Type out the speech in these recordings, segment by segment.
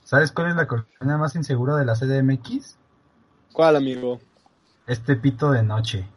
¿Sabes cuál es la colonia más insegura de la CDMX? ¿Cuál, amigo? Este pito de noche.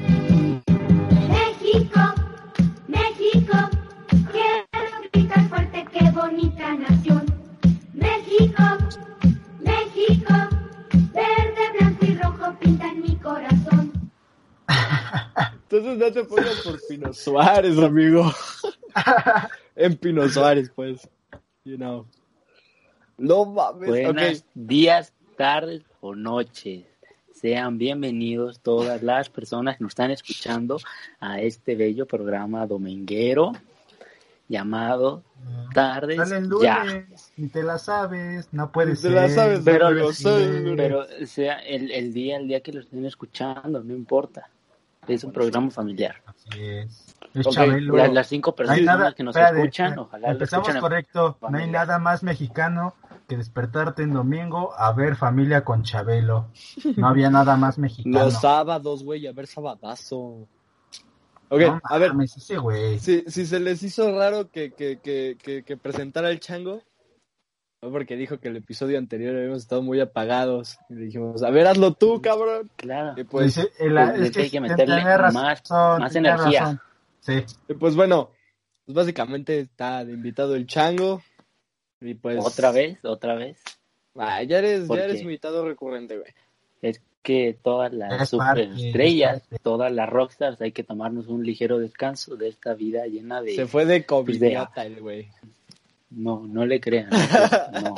México, México, quiero gritar fuerte, qué bonita nación. México, México, verde, blanco y rojo pintan mi corazón. Entonces no te pongas por Pino Suárez, amigo. En Pino Suárez, pues. You know. No mames. Buenos días, tardes o noches. Sean bienvenidos todas las personas que nos están escuchando a este bello programa dominguero llamado Tardes Sale el Ya. lunes, ni te la sabes, no puede Ni te ser. la sabes, Pero, amigo, pero sea el día que lo estén escuchando, no importa. Es un programa familiar. Así es. Es Ok, Chabelo. Las 5 No hay personas nada, que nos espérate, escuchan, ojalá lo empezamos escuchen en correcto. No hay familia. nada más mexicano que despertarte en domingo a ver Familia con Chabelo. No había nada más mexicano. Los sábados, güey, a ver sabadazo. Ok, No a ver, mames, ese güey. si se les hizo raro que presentara el chango, fue porque dijo que el episodio anterior habíamos estado muy apagados. Y le dijimos, a ver, hazlo tú, cabrón. Claro. Y pues, Dice, Pues hay que meterle tenía más tenía energía. razón. Sí. bueno, pues básicamente está de invitado el chango. Y pues. Otra vez. Ya eres Porque- invitado recurrente, güey. Es que todas las Es parte, superestrellas, es parte. todas las rockstars, hay que tomarnos un ligero descanso de esta vida llena de... Se fue de pues, covidiota el güey. No le crean. No,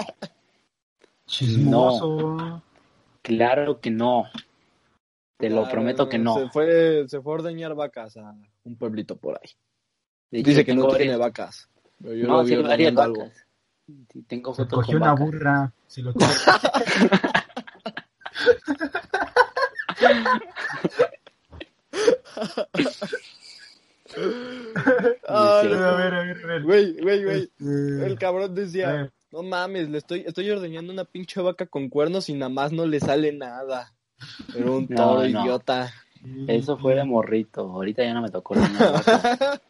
Chismoso. claro que no. Te lo prometo que no. Se fue a ordeñar vacas a un pueblito por ahí. De hecho, Dice que no tengo tiene varias- vacas. Pero yo No, lo vi sí hay varias ordeñando algo. vacas. Sí, tengo Se fotos cogió con una vacas. burra. Si lo Ah, Sí, no. a ver. Güey. Este, El cabrón a decía, ver. no mames, estoy ordeñando una pinche vaca con cuernos y nada más no le sale nada. Era un No, toro no. idiota. Eso fue de morrito. Ahorita ya no me tocó ordeñar vacas.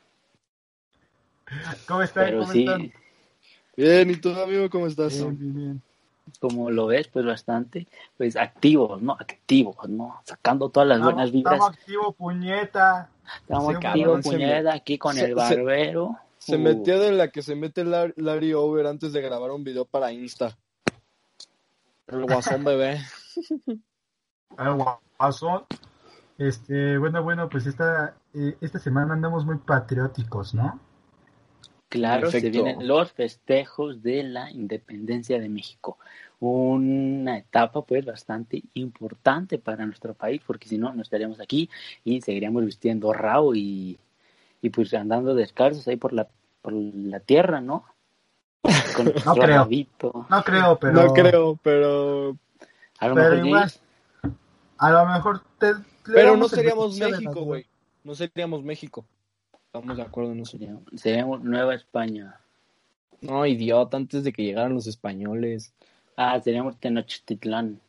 ¿Cómo están? Pero ¿Cómo sí, están? Bien, ¿y tú, amigo, cómo estás? Bien. como lo ves, pues bastante, pues activos, ¿no? Sacando todas las buenas vibras. Estamos activos, puñeta. Estamos Siempre. activos, Cabrón, puñeta, aquí con el barbero. Se metió de la que se mete Larry Over antes de grabar un video para Insta. El guasón bebé. El guasón. Bueno, pues esta semana andamos muy patrióticos, ¿no? Claro, En se efecto. vienen los festejos de la independencia de México. Una etapa pues bastante importante para nuestro país, porque si no, no estaríamos aquí y seguiríamos vistiendo rao y pues andando descalzos ahí por la tierra, ¿no? Con nuestro creo. rabito. No creo, pero. No creo, pero... A lo Pero mejor igual. sí. A lo mejor Pero no seríamos México, güey. No seríamos México. Estamos de acuerdo en eso. Seríamos Nueva España. No, idiota, antes de que llegaran los españoles. Seríamos Tenochtitlán.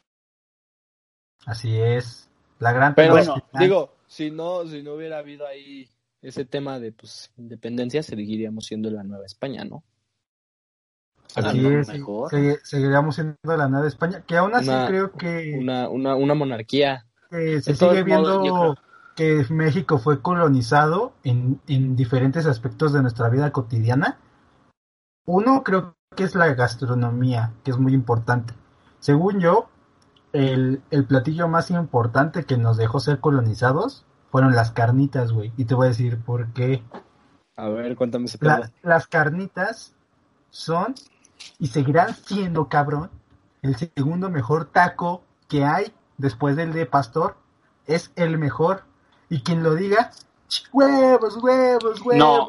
Así es. La gran Pero Tenochtitlán. digo, si no hubiera habido ahí ese tema de pues independencia, seguiríamos siendo la Nueva España, ¿no? Así A lo es. mejor. Seguiríamos siendo la Nueva España. Que aún así creo que. Una monarquía. Que se De todos sigue modos, yo viendo que México fue colonizado en diferentes aspectos de nuestra vida cotidiana. Uno creo que es la gastronomía, que es muy importante. Según yo, el platillo más importante que nos dejó ser colonizados fueron las carnitas, güey. Y te voy a decir por qué. A ver, cuéntame ese pedo. Las carnitas son y seguirán siendo, cabrón, el segundo mejor taco que hay después del de pastor. Es el mejor. Y quien lo diga, huevos. No.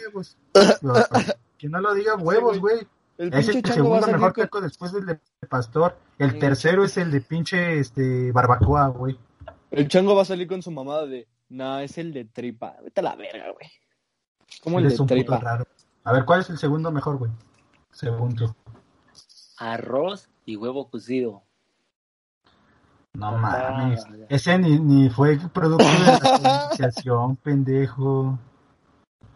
Quien no lo diga, huevos, güey. El Es pinche el chango va a segundo salir mejor con... taco después del de pastor. El tercero es el de pinche barbacoa, güey. El chango va a salir con su mamada de... Nah, es el de tripa. Vete a la verga, güey. ¿Cómo el Eres de un puto tripa? raro. A ver, ¿cuál es el segundo mejor, güey? Segundo. Arroz y huevo cocido. No Papá, mames. ya. Ese ni fue producto de la colonización, pendejo.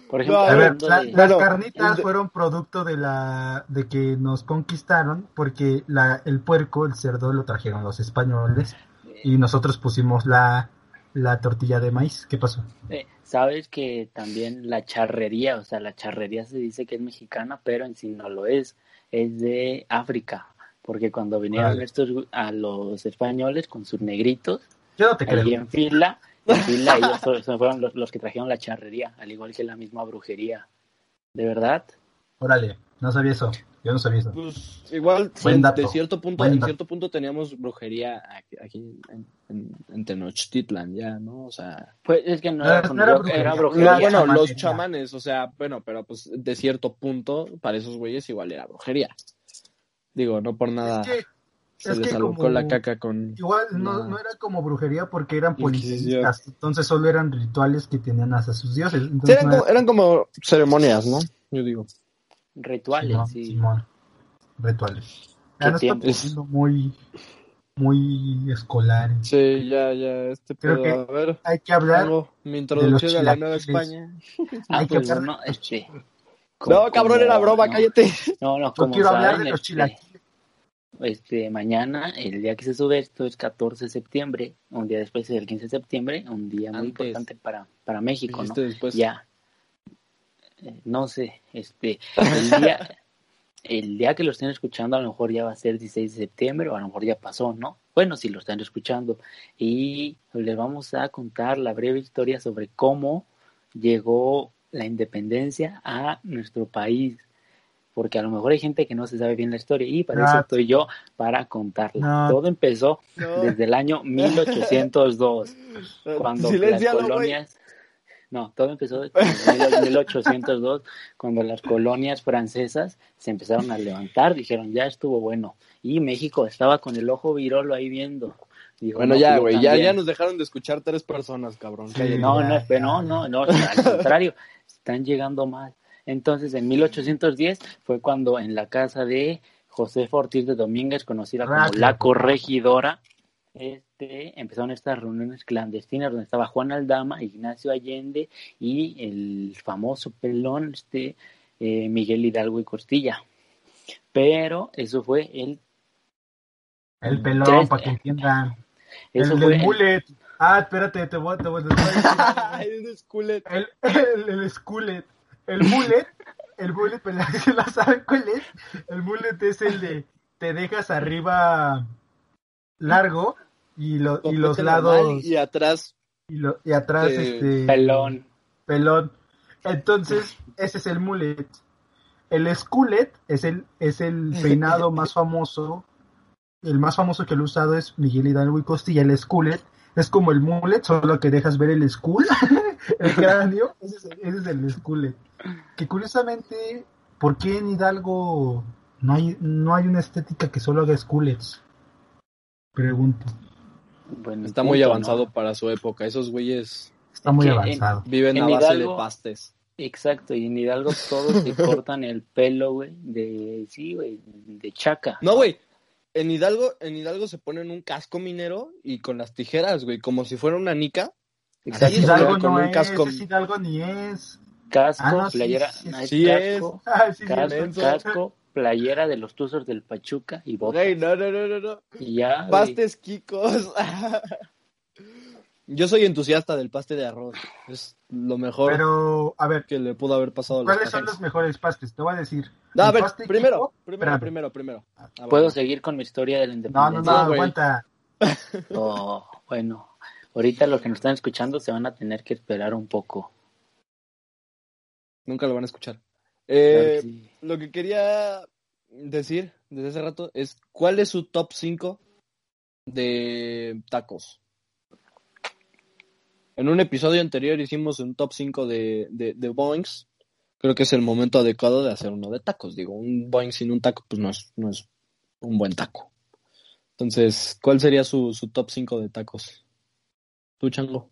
Por ejemplo, No, A ver, hablando las de... Bueno, carnitas de- fueron producto de que nos conquistaron porque el puerco, el cerdo, lo trajeron los españoles y nosotros pusimos la tortilla de maíz. ¿Qué pasó? Sabes que también la charrería, o sea, la charrería se dice que es mexicana, pero en sí no lo es de África, porque cuando vinieron Órale. estos a los españoles con sus negritos, Yo no te creo. ahí en fila ellos fueron los que trajeron la charrería, al igual que la misma brujería. ¿De verdad? Órale, no sabía eso. Yo no sabía eso. Pues igual Buen dato. de cierto punto, Buen en dato. cierto punto teníamos brujería aquí en Tenochtitlan ya, ¿no? O sea, Pues es que no No, era, no era brujería. era Era brujería. bueno, chamanería. los chamanes, o sea, bueno, pero pues de cierto punto, para esos güeyes igual era brujería. Digo, no por nada se Es les que alocó como la caca con igual no, la no era como brujería porque eran Inquisición. politeístas, entonces solo eran rituales que tenían hacia sus dioses. Sí, Entonces no era eran como ceremonias, ¿no? Yo digo. Rituales, Simón, sí. Simón, rituales. ¿Qué Ya no está tiempos? poniendo muy escolar. Sí, ya, Creo pedo. que A ver, hay que hablar tengo mi de los introducción a la Nueva chilaquiles. España. Hay que Pues hablar bueno, No, cabrón, era broma, no, cállate. no, Yo como quiero hablar saben, de los chilaquiles. mañana, el día que se sube esto es 14 de septiembre, un día después es el 15 de septiembre, un día muy Antes. importante para México, ¿no? Dijiste después. Ya, no sé, el día que lo estén escuchando a lo mejor ya va a ser 16 de septiembre o a lo mejor ya pasó, ¿no? Bueno, si lo están escuchando. Y les vamos a contar la breve historia sobre cómo llegó la independencia a nuestro país. Porque a lo mejor hay gente que no se sabe bien la historia y para eso No, estoy yo para contarla. no. Todo empezó No. desde el año 1802, cuando las Siléncialo, güey. colonias... No, todo empezó en el 1802, cuando las colonias francesas se empezaron a levantar, dijeron, ya estuvo bueno. Y México estaba con el ojo virolo ahí viendo. Dijo, Bueno, no, ya, pues yo güey, ya también. nos dejaron de escuchar 3 personas, cabrón. Sí. Cállate. No, Ya, no, al contrario, están llegando mal. Entonces, en 1810 fue cuando en la casa de Josefa Ortiz de Domínguez, conocida como Rápido, la por favor. Corregidora, empezaron estas reuniones clandestinas donde estaba Juan Aldama, Ignacio Allende y el famoso pelón Miguel Hidalgo y Costilla. Pero eso fue El pelón, Tres- para que entiendan. eso El fue del mullet. Ah, espérate, te voy a decir. Ay, eres culet. El skullet. El mullet, pues si la saben cuál es. El mullet es el de te dejas arriba largo y los Completamente lados normal y atrás. y atrás pelón. pelón. Entonces, ese es el mullet. El skullet es el peinado más famoso. El más famoso que lo he usado es Miguel Hidalgo y Costilla. El skullet es como el mullet, solo que dejas ver el skull, el cráneo. Ese es el skullet. Que curiosamente, ¿por qué en Hidalgo no hay una estética que solo haga skullets? Pregunto. Bueno, Está muy punto, avanzado ¿no? para su época. Esos güeyes Está muy que avanzado. viven En a base Hidalgo- de pastes. Exacto, y en Hidalgo todos se cortan el pelo, güey, de chaca. No, güey. En Hidalgo se ponen un casco minero y con las tijeras, güey, como si fuera una nica. Exacto, Así, Hidalgo o sea, con no un es, casco. ese Hidalgo ni es. casco, Ah, no, sí, playera, sí, no, es sí es. casco, Ah, sí, Menso. casco, playera de los Tuzos del Pachuca y botas. Güey, no. Y ya, güey. Pastes Kikos. Yo soy entusiasta del paste de arroz. Es lo mejor Pero, a ver, que le pudo haber pasado a los ¿cuáles son pasteles. los mejores pastes? Te voy a decir. No, a El ver, paste primero. Kiko, espérame. Ah, ¿Puedo bueno. seguir con mi historia de la No, independencia? No, güey. aguanta. Oh, bueno, ahorita los que nos están escuchando se van a tener que esperar un poco. Nunca lo van a escuchar. Claro que sí. Lo que quería decir desde hace rato es ¿cuál es su top 5 de tacos? En un episodio anterior hicimos un top 5 de boings. Creo que es el momento adecuado de hacer uno de tacos. Digo, un boing sin un taco pues no es un buen taco. Entonces, ¿cuál sería su top 5 de tacos? ¿Tú, Chango?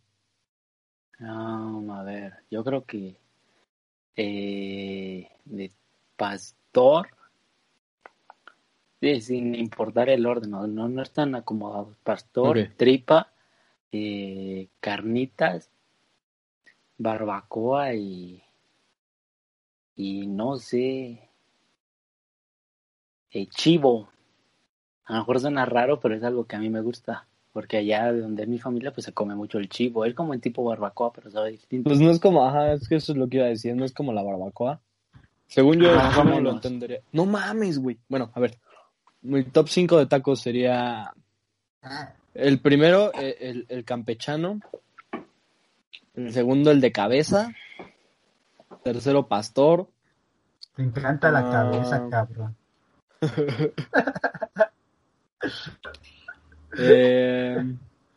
A ver, yo creo que de pastor, sin importar el orden, no están acomodados. Pastor, Ok. tripa, carnitas, barbacoa y Y no sé, chivo. A lo mejor suena raro, pero es algo que a mí me gusta. Porque allá de donde es mi familia, pues se come mucho el chivo. Es como en tipo barbacoa, pero sabe distinto. Pues no es como, ajá, es que eso es lo que iba a decir, no es como la barbacoa. Según yo, Más o ¿cómo lo menos. entendería? No mames, güey. Bueno, a ver, mi top 5 de tacos sería el primero, el campechano, el segundo, el de cabeza, tercero, pastor. Te encanta la cabeza, Ah, cabrón. eh,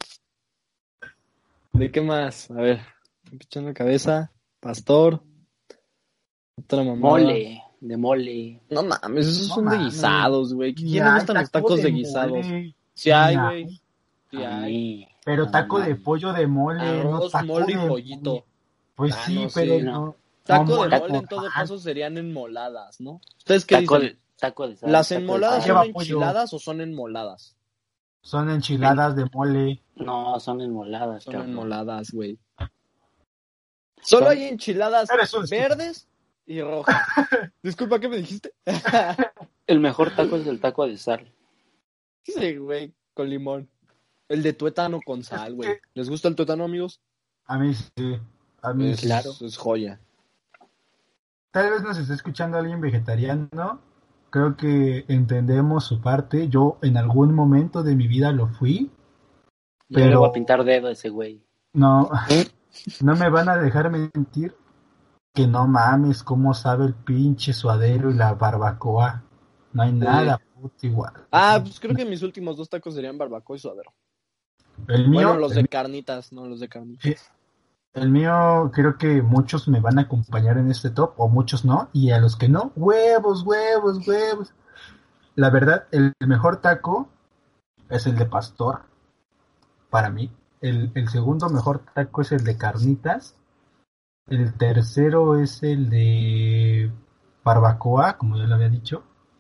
¿De qué más? A ver, campechano, cabeza, pastor, otra mamada. De mole. No mames, esos No son de mames. guisados, güey. Ni ¿Quién le hay gustan los taco tacos de de guisados? mole. Sí Ni hay, güey. hay. Sí A hay. mí. Pero A taco mí. de pollo de mole, no Arroz, taco mole y de pollito. mole. Pues Ah, sí, no, pero sí. No. no, no Taco de mole mole en como todo tal. caso serían enmoladas, ¿no? ¿Ustedes qué Taco dicen? de, taco de sal. ¿Las Taco de enmoladas Ahí son lleva sal. pollo. enchiladas o son enmoladas? Son En- enchiladas de mole. no, son enmoladas, Son cabrón. enmoladas, güey. Solo Son hay enchiladas Eres un estúpido. verdes y rojas. Disculpa, ¿qué me dijiste? El mejor taco es el taco de sal. Sí, güey, con limón. El de tuétano con Es sal, güey. que ¿Les gusta el tuétano, amigos? a mí sí, a mí Es, sí. Claro. es joya. Tal vez nos esté escuchando alguien vegetariano. Creo que entendemos su parte. Yo en algún momento de mi vida lo fui, Yo le voy a pero pintar dedo a ese güey. no, no me van a dejar mentir que no mames cómo sabe el pinche suadero y la barbacoa. No hay nada puto igual. Ah, pues creo que mis últimos 2 tacos serían barbacoa y suadero. El Bueno, mío, los de carnitas, no los de carnitas. el mío creo que muchos me van a acompañar en este top o muchos no, y a los que no, huevos, huevos, huevos. La verdad, el mejor taco es el de pastor, para mí. El segundo mejor taco es el de carnitas. El tercero es el de barbacoa, como ya lo había dicho.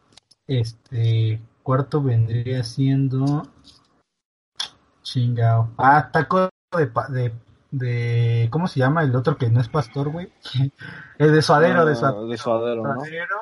Cuarto vendría siendo chingao. Ah, taco de ¿cómo se llama el otro que no es pastor, güey? El de suadero, de suadero. De suadero, ¿no? Suadero.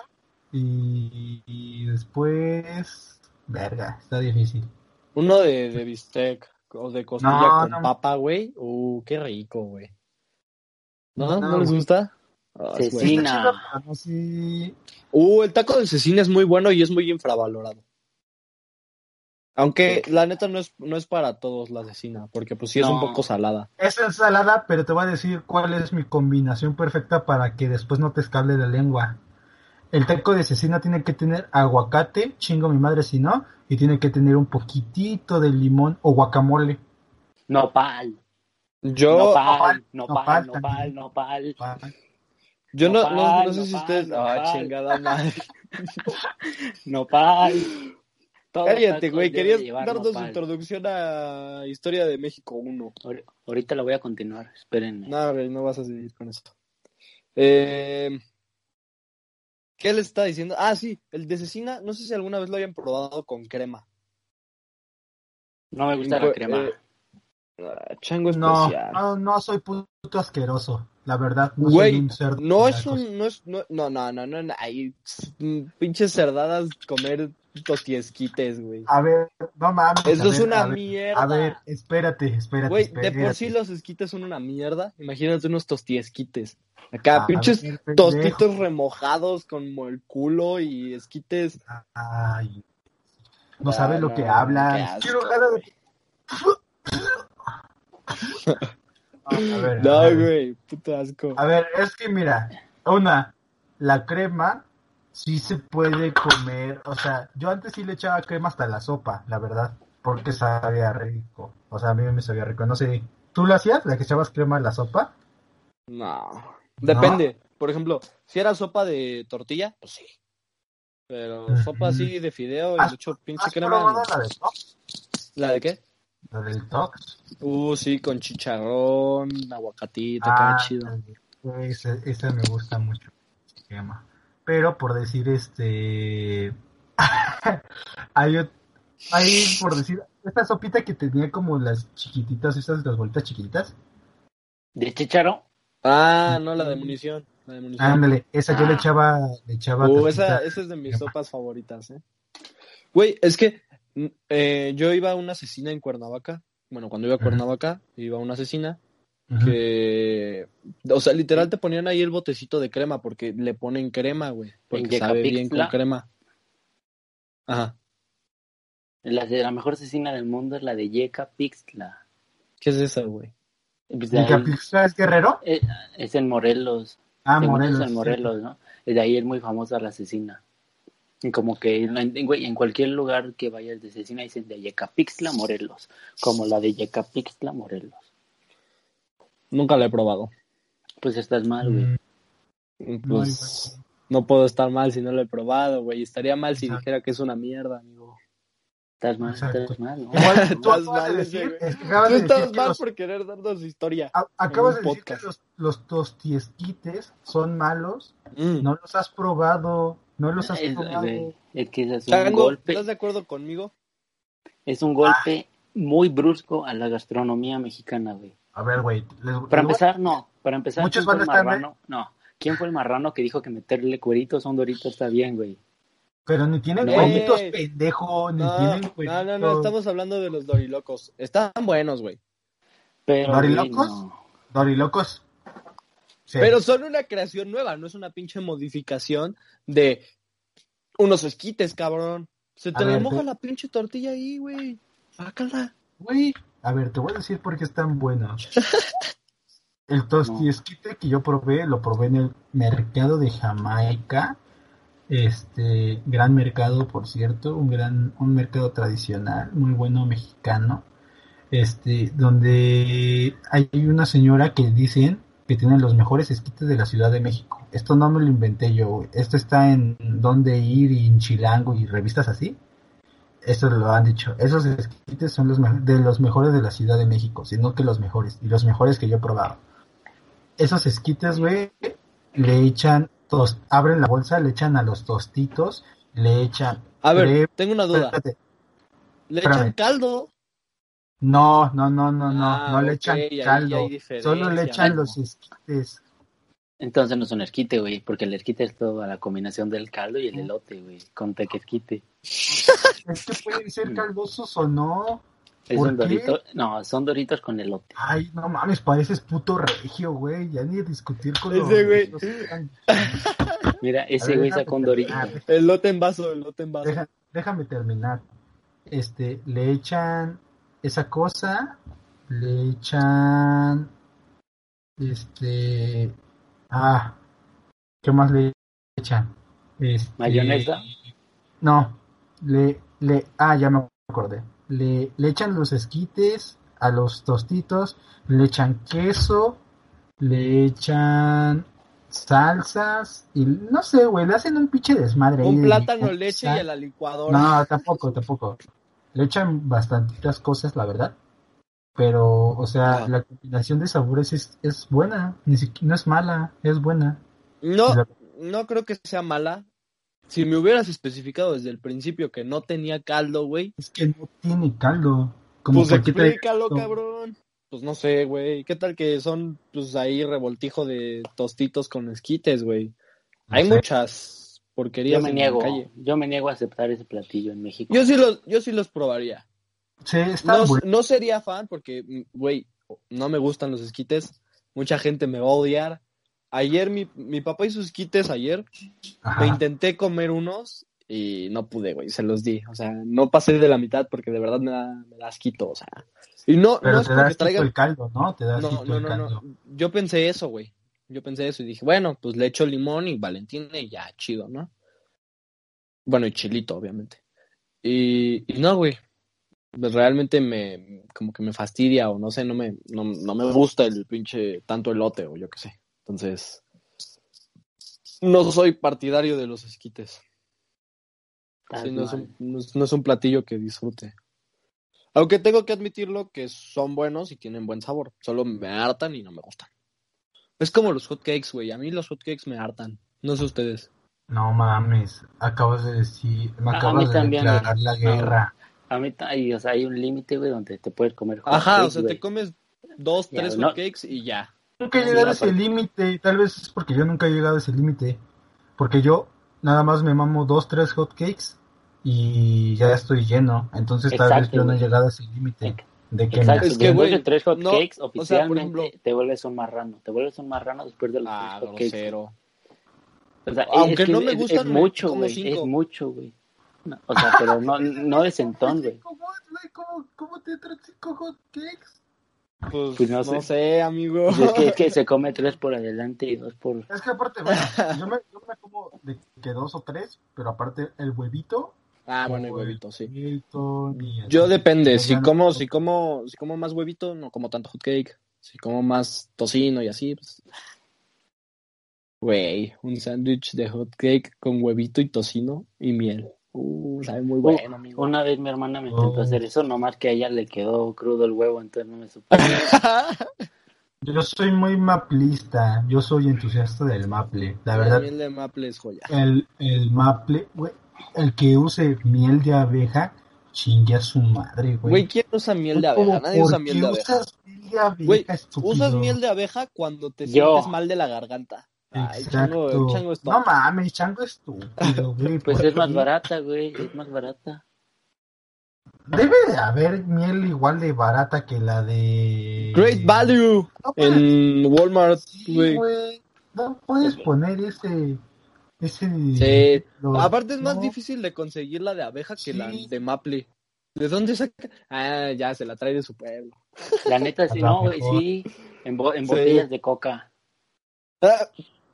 Y después, verga, está difícil. Uno de bistec o de costilla No, con no. papa, güey. Qué rico, güey. ¿No? No, ¿No les güey. gusta? Ah, es Sí, bueno. está chido, Cecina. pero no, sí. El taco de cecina es muy bueno y es muy infravalorado. Aunque la neta no es para todos la cecina, porque pues sí es un No. poco salada. Es ensalada, pero te voy a decir cuál es mi combinación perfecta para que después no te escable la lengua. El taco de cecina tiene que tener aguacate, chingo mi madre si no, y tiene que tener un poquitito de limón o guacamole. Nopal. Yo, Nopal. nopal Nopal. también. Nopal. yo no Nopal, sé si nopal, ustedes. Ah, nopal. chingada madre. Nopal. Todo Cállate, taco güey. debe Querías llevar darnos nopal. introducción a Historia de México 1. Ahorita la voy a continuar. Espérenme. No, güey, no vas a seguir con esto. ¿Qué les está diciendo? Ah, sí, el de cecina. No sé si alguna vez lo hayan probado con crema. No me gusta la crema. Chango No, especial. no soy puto asqueroso. La verdad, no soy Güey, un cerdo. no de es la cosa. un, no es, no, hay pinches cerdadas comer tostiesquites, güey. A ver, no mames. Eso a es ver, una a ver, mierda. A ver, espérate. Güey, de por sí los esquites son una mierda. Imagínate unos tostiesquites. Acá, A pinches ver, pendejo. tostitos remojados con el culo y esquites. Ay, no sabes lo que qué hablas. asco, Quiero ganar. güey. A ver, a No, ver. güey, puto asco. A ver, es que mira, la crema sí se puede comer, o sea, yo antes sí le echaba crema hasta la sopa, la verdad, porque sabía rico, o sea, a mí me sabía rico, no sé, ¿tú lo hacías, la que echabas crema en la sopa? No. Depende. Por ejemplo, si era sopa de tortilla, pues sí. Pero sopa así de fideo y ¿Has- le echo pinche ¿Has crema. probado la de Tox? ¿La de qué? La del Tox. Sí, con chicharrón, aguacatito, acá chido. Esa me gusta mucho, crema. Pero por decir hay, por decir, esta sopita que tenía como las chiquititas, las bolitas chiquititas. ¿De chicharo? Ah, no, la de munición. La de munición. Ándale, esa yo le echaba tantita- Esa es de mis sopas favoritas, Güey, es que yo iba a una asesina en Cuernavaca. Bueno, cuando iba a Ujú. Cuernavaca, iba a una asesina Ujú. que... O sea, literal te ponían ahí el botecito de crema porque le ponen crema, güey. Porque En sabe bien con Yecapixtla, crema. Ajá. la mejor asesina del mundo es la de Yecapixtla. ¿Qué es esa, güey? Pues de ¿Y ahí, Capixtla es Guerrero? es en Morelos. Ah, Según eso es Morelos. en Morelos, ¿no? De ahí es muy famosa la asesina. Y como que güey, en cualquier lugar que vayas de asesina dicen de Yecapixtla, Morelos. Como la de Yecapixtla, Morelos. Nunca la he probado. Pues estás mal, güey. No, Pues no puedo estar mal si no lo he probado, güey. Estaría mal si Exacto. dijera que es una mierda, amigo. Estás mal, Exacto. estás mal, ¿no? Igual tú Estás acabas mal, de ese, decir, güey. es que acabas Tú de decir estás que mal por querer darnos historia. acabas de en un decir que podcast. los tostiesquites son malos. Mm. No los has probado. No los has Güey, probado. es que ese es un Chango, golpe. ¿estás de acuerdo conmigo? Es un golpe muy brusco a la gastronomía mexicana, güey. A ver, güey. Para empezar, no. Para empezar, Muchos ¿quién fue van el a estar marrano? No. ¿Quién fue el marrano que dijo que meterle cueritos a un dorito está bien, güey? Pero ni tienen No. cueritos, pendejo. Ni tienen No, cueritos. no, estamos hablando de los dorilocos. Están buenos, güey. Pero, güey, ¿Dorilocos? no. Dorilocos. Sí. Pero son una creación nueva, no es una pinche modificación de unos esquites, cabrón. Se A te le ver, moja te- la pinche tortilla ahí, güey. Sácala. Güey, a ver, te voy a decir por qué están buenos. El tostiesquite que yo probé, lo probé en el mercado de Jamaica. Gran mercado, por cierto, un mercado tradicional, muy bueno mexicano. Donde hay una señora que dicen que tiene los mejores esquites de la Ciudad de México. Esto no me lo inventé yo, güey. Esto está en Donde Ir y en Chilango y revistas así. Esto lo han dicho. Esos esquites son de los mejores de la Ciudad de México, sino que los mejores, y los mejores que yo he probado. Esos esquites, güey, le echan, abren la bolsa, le echan a los tostitos, le echan... A ver, crema- tengo una duda. Espérate. ¿Le Espérame. echan caldo? No Ah, le ok, echan ahí caldo, hay diferencia, solo le echan amigo. los esquites. Entonces no es un esquite, güey, porque el esquite es toda la combinación del caldo y el elote, güey, con tequesquite. Es que pueden ser caldosos o no. Es ¿Por un qué? dorito, no, son doritos con elote. Ay, no mames, pareces puto regio, güey. Ya ni discutir con Ese güey. los... Mira, A ese ver, güey déjame sacó un dorito. terminar, Elote en vaso. déjame terminar. Le echan esa cosa, le echan ¿qué más le echan? ¿Mayonesa? No, ya me acordé. Le echan los esquites a los tostitos, le echan queso, le echan salsas y no sé, güey, le hacen un pinche desmadre. ahí Un de plátano, limón, leche sal. y a la licuadora. No, tampoco. Le echan bastantitas cosas, la verdad. Pero, o sea, Ajá. la combinación de sabores es buena, no es mala, es buena. No creo que sea mala. Si me hubieras especificado desde el principio que no tenía caldo, güey, Es que no tiene caldo. Como pues por qué trae explícalo, caldo. cabrón. Pues no sé, güey. ¿Qué tal que son, pues ahí revoltijo de tostitos con esquites, güey? No Hay sé. muchas porquerías en la calle. Yo me niego a aceptar ese platillo en México. Yo sí los probaría. Sí, está bueno. No sería fan porque, güey, no me gustan los esquites. Mucha gente me va a odiar. Ayer mi papá hizo esquites ayer. Ajá. Me intenté comer unos y no pude, güey. Se los di. O sea, no pasé de la mitad porque de verdad me da asquito. O sea, y no Pero es te da porque asquito traigan. el caldo, ¿no? Te da asquito No. el caldo. Yo pensé eso, güey. Yo pensé eso y dije, bueno, pues le echo limón y Valentina y ya, chido, ¿no? Bueno, y chilito, obviamente. Y no, güey. Realmente como que me fastidia o no sé, no me gusta el pinche tanto elote o yo qué sé. Entonces, no soy partidario de los esquites. Sí, no es un platillo que disfrute. Aunque tengo que admitirlo que son buenos y tienen buen sabor. Solo me hartan y no me gustan. Es como los hotcakes, güey. A mí los hotcakes me hartan. No sé ustedes. No mames, acabas de decir, me A acabas mí de también, declarar güey. la guerra. A mí, o sea, hay un límite, güey, donde te puedes comer Ajá, hotcakes, o sea, güey. te comes 2, Ya, 3 no. hotcakes y ya. nunca he Sí, llegado a ese aparte. límite. Tal vez es porque yo nunca he llegado a ese límite. Porque yo nada más me mamo 2, 3 hotcakes y ya estoy lleno. Entonces tal vez Exacto, yo no he güey. llegado a ese límite de que me Exacto. Es que, hastíe. Después de güey, 3 hot no, cakes, o sea, por ejemplo, oficialmente te vuelves un marrano. Te vuelves un marrano después de los 3 hot cakes, güey. grosero. O sea, es Aunque que no me es gustan, me mucho, como güey. Es 5. mucho, güey. No, o sea, pero no de centón, güey. ¿Cómo te entran 5 hotcakes? Pues Pues no no sé. sé, amigo. Pues es que se come 3 por adelante y 2 por... Es que aparte, bueno, yo me como de que 2 o 3, pero aparte el huevito. Ah, bueno, y o el huevito, sí. huevito, y Yo así, depende, pero ya no. si como más huevito, no como tanto hotcake. Si como más tocino y así, pues, güey, un sándwich de hotcake con huevito y tocino y miel. Sabe muy bueno, amigo. Una vez mi hermana me intentó hacer eso, nomás que a ella le quedó crudo el huevo, entonces no me supo. Yo soy muy maplista, yo soy entusiasta del maple. La La verdad, miel de maple es joya. el maple, güey, el que use miel de abeja, chingue a su madre, Güey, güey. ¿quién usa miel de abeja? Nadie usa ¿Por miel qué de abeja. usas miel de abeja, Güey, estúpido? usas miel de abeja cuando te Yo. sientes mal de la garganta. Ay, Exacto. chango es No tonto. mames, chango estúpido, güey. Pues ¿por es más qué? barata, güey, es más barata. Debe de haber miel igual de barata que la de... Great Value No puedes, en Walmart, sí, güey. güey. No puedes poner ese Sí. ejemplo. Aparte es más No, difícil de conseguir la de abeja que la sí. de maple. ¿De dónde saca? Ah, ya, se la trae de su pueblo. La neta, A sí, lo no, güey, mejor. sí, en Sí. botellas de coca. Ah,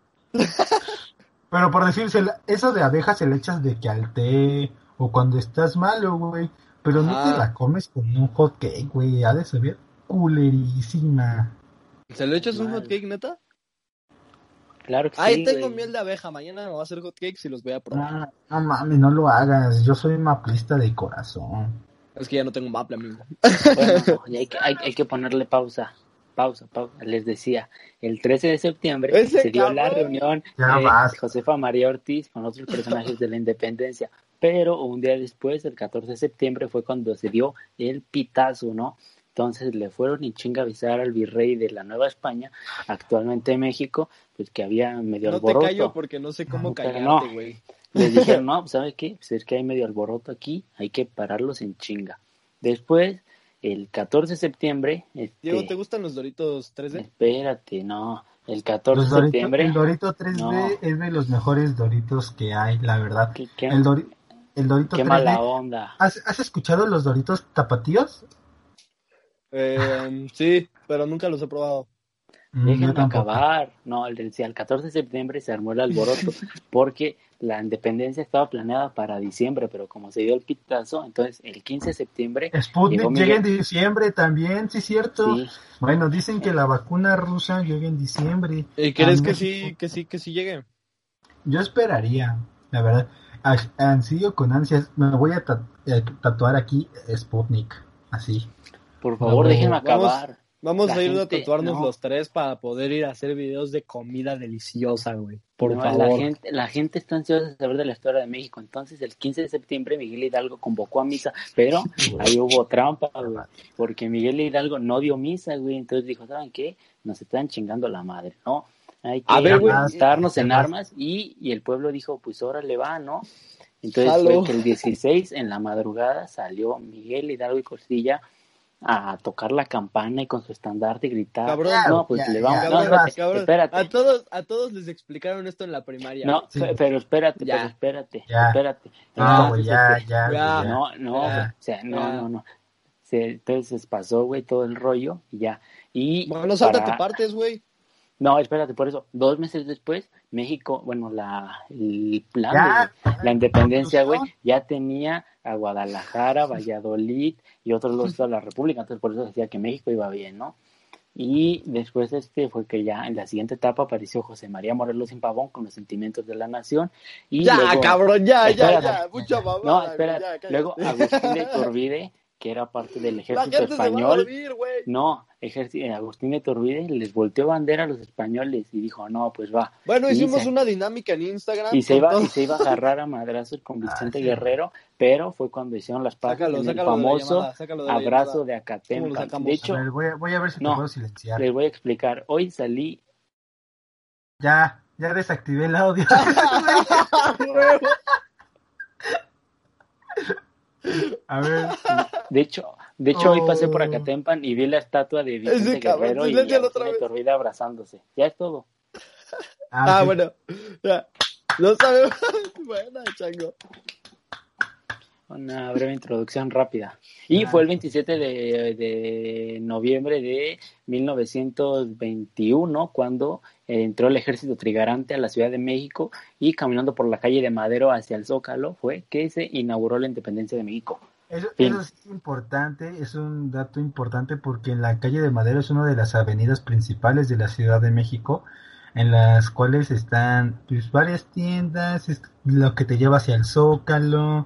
Pero por decirse, eso de abeja se le echas de que al té o cuando estás malo, güey. Pero no te ajá. la comes con un hot cake, güey. Ha de saber culerísima. ¿Se lo echas un Mal. hot cake, neta? Claro que Ay, sí, tengo güey. miel de abeja. Mañana me voy a hacer hot cakes y los voy a probar. No, no mames, no lo hagas. Yo soy maplista de corazón. Es que ya no tengo maple, amigo. Bueno, y hay que ponerle pausa. Pausa. Les decía, el 13 de septiembre Ese se dio la cabrón. reunión Ya de vas. Josefa María Ortiz con otros personajes de la independencia. Pero un día después, el 14 de septiembre, fue cuando se dio el pitazo, ¿no? Entonces le fueron y chinga avisar al virrey de la Nueva España, actualmente México, pues que había medio No te callo alboroto. porque no sé cómo Pero callarte, no. güey. Les dijeron, no, pues, ¿sabe qué? Pues es que hay medio alboroto aquí, hay que pararlos en chinga. Después, el 14 de septiembre, Diego, ¿te gustan los Doritos 3D? espérate, no, el 14 Los de Doritos, septiembre, el Dorito 3D no. es de los mejores Doritos que hay, la verdad. ¿Qué El Dorito qué 3D. mala onda. ¿Has escuchado los Doritos tapatíos? Sí, pero nunca los he probado. Yo Déjenme tampoco. acabar. No, el 14 de septiembre se armó el alboroto porque la independencia estaba planeada para diciembre, pero como se dio el pitazo, entonces el 15 de septiembre llegó Sputnik llega Miguel. en diciembre también, sí, cierto. Sí, Bueno, dicen que la vacuna rusa llega en diciembre. ¿Y crees A que México. sí llegue? Yo esperaría, la verdad. Ansío con ansias. Me voy a tatuar aquí Sputnik, así. por favor, No, déjenme acabar. Vamos La a ir a gente, tatuarnos no. los tres para poder ir a hacer videos de comida deliciosa, güey. Por No, favor. la gente está ansiosa de saber de la historia de México. Entonces, el 15 de septiembre, Miguel Hidalgo convocó a misa, pero ahí hubo trampa, güey, porque Miguel Hidalgo no dio misa, güey. Entonces dijo, ¿saben qué? Nos están chingando la madre, ¿no? Hay A ver, que güey. estarnos en Además- armas y el pueblo dijo, pues órale va, ¿no? Entonces Jalo. fue que el 16 en la madrugada salió Miguel Hidalgo y Costilla a tocar la campana y con su estandarte gritar, Cabrón, no, pues ya, le vamos, ya, no, ya vas, espérate. A todos les explicaron esto en la primaria. No, Sí. pero espérate, Ya. espérate. Ya. No, güey, Entonces, ya. no, Ya. o sea, Ya. no. Entonces pasó, güey, todo el rollo y ya. Y Bueno, sáltate partes, güey. No, espérate, por eso, 2 meses después, México, bueno, el plan Ya. de la independencia, güey, Conclusión. ya tenía a Guadalajara, Valladolid y otros dos de la República, entonces por eso decía que México iba bien, ¿no? Y después fue que ya en la siguiente etapa apareció José María Morelos sin Pavón con los sentimientos de la nación y Ya, luego, cabrón, ya. Espérate. Mucha mamada. no, güey, espera, ya, cállate. luego Agustín de Iturbide que era parte del La ejército gente se va a español. dormir, güey. No, Agustín de Iturbide les volteó bandera a los españoles y dijo, no, pues va. Bueno, Y hicimos se- una dinámica en Instagram. Y se con todo. iba a agarrar a madrazos con Vicente sí. Guerrero, pero fue cuando hicieron las paces Sácalo en el de la famoso llamada, sácalo de la abrazo llamada. de ¿Cómo lo Acatempan. sacamos? De A hecho, ver, voy a ver si te no, puedo silenciar. les voy a explicar. Hoy salí, Ya desactivé el audio. A ver. de hecho hoy pasé por Acatempan y vi la estatua de Vicente Ese cabrón, Guerrero y siléncialo otra Agustín de vez. Iturbide abrazándose. Ya es todo. Ah, Ok. bueno. Ya. No sabemos. Buena, chango. Una breve introducción rápida. Y fue el 27 de noviembre de 1921 cuando entró el ejército trigarante a la Ciudad de México y caminando por la calle de Madero hacia el Zócalo fue que se inauguró la independencia de México. Fin. Eso es importante, es un dato importante porque en la calle de Madero es una de las avenidas principales de la Ciudad de México, en las cuales están pues, varias tiendas, lo que te lleva hacia el Zócalo,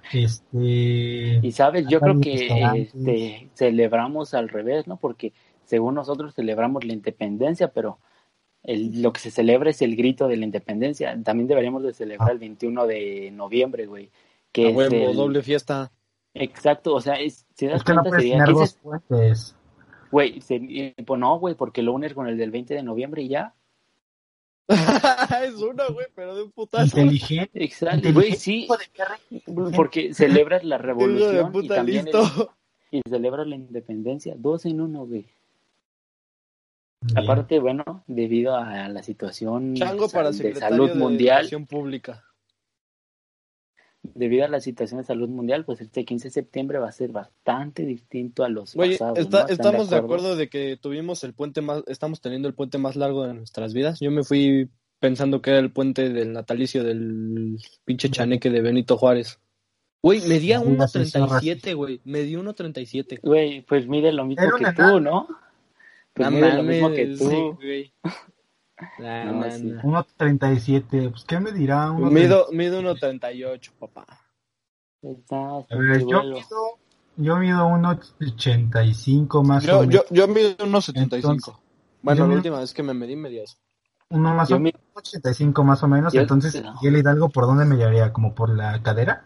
Y sabes, yo creo varios restaurantes. que celebramos al revés, ¿no? Porque según nosotros celebramos la independencia, pero lo que se celebra es el grito de la independencia. También deberíamos de celebrar el 21 de noviembre, güey. Que A es huevo, el... doble fiesta. Exacto, o sea, si das Es que no cuenta puedes sería... tener que dos puentes. Güey, pues no, güey, porque lo unes con el del 20 de noviembre y ya. Es uno, güey, pero de un putazo. Inteligente. Exacto, güey, sí, hijo de perra. porque celebras la Hijo de revolución y puta, también listo. y celebras la independencia, 2 en 1, güey. Bien. Aparte, bueno, debido a la situación Chango para de secretario salud de mundial, Educación Pública. debido a la situación de salud mundial, pues este 15 de septiembre va a ser bastante distinto a los Güey, pasados, ¿no? ¿Están estamos de acuerdo de que tuvimos estamos teniendo el puente más largo de nuestras vidas. Yo me fui pensando que era el puente del natalicio del pinche chaneque de Benito Juárez. Güey, medía No digas eso, 1.37, güey. Medía 1.37. Güey, pues mide lo mismo Era que una tú, nana. ¿no? Pues No mide lo mismo que mames, tú. sí, güey. No, sí. 1.37, pues ¿qué me dirá? Mido 1.38, papá. Estás A con ver, tu yo vuelo. mido 1.85 más o menos. Yo mido 1.75. Entonces, Bueno, yo la mido- última vez que me medí medía eso. Uno más Yo o mi- 85 más o menos, yo- entonces no. Miguel Hidalgo, ¿por dónde me llevaría? ¿Como por la cadera?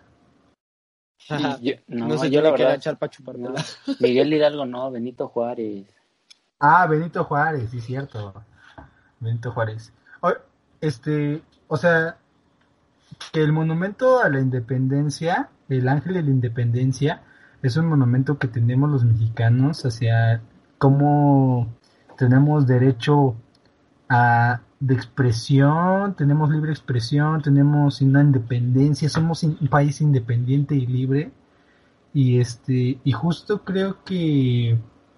No se yo tiene la que verdad, echar para chupártela. no. Miguel Hidalgo no, Benito Juárez. Ah, Benito Juárez, sí, cierto. Benito Juárez. O sea, que el monumento a la independencia, el Ángel de la Independencia, es un monumento que tenemos los mexicanos hacia cómo tenemos derecho de expresión, tenemos libre expresión, tenemos una independencia, somos un país independiente y libre. Y justo creo que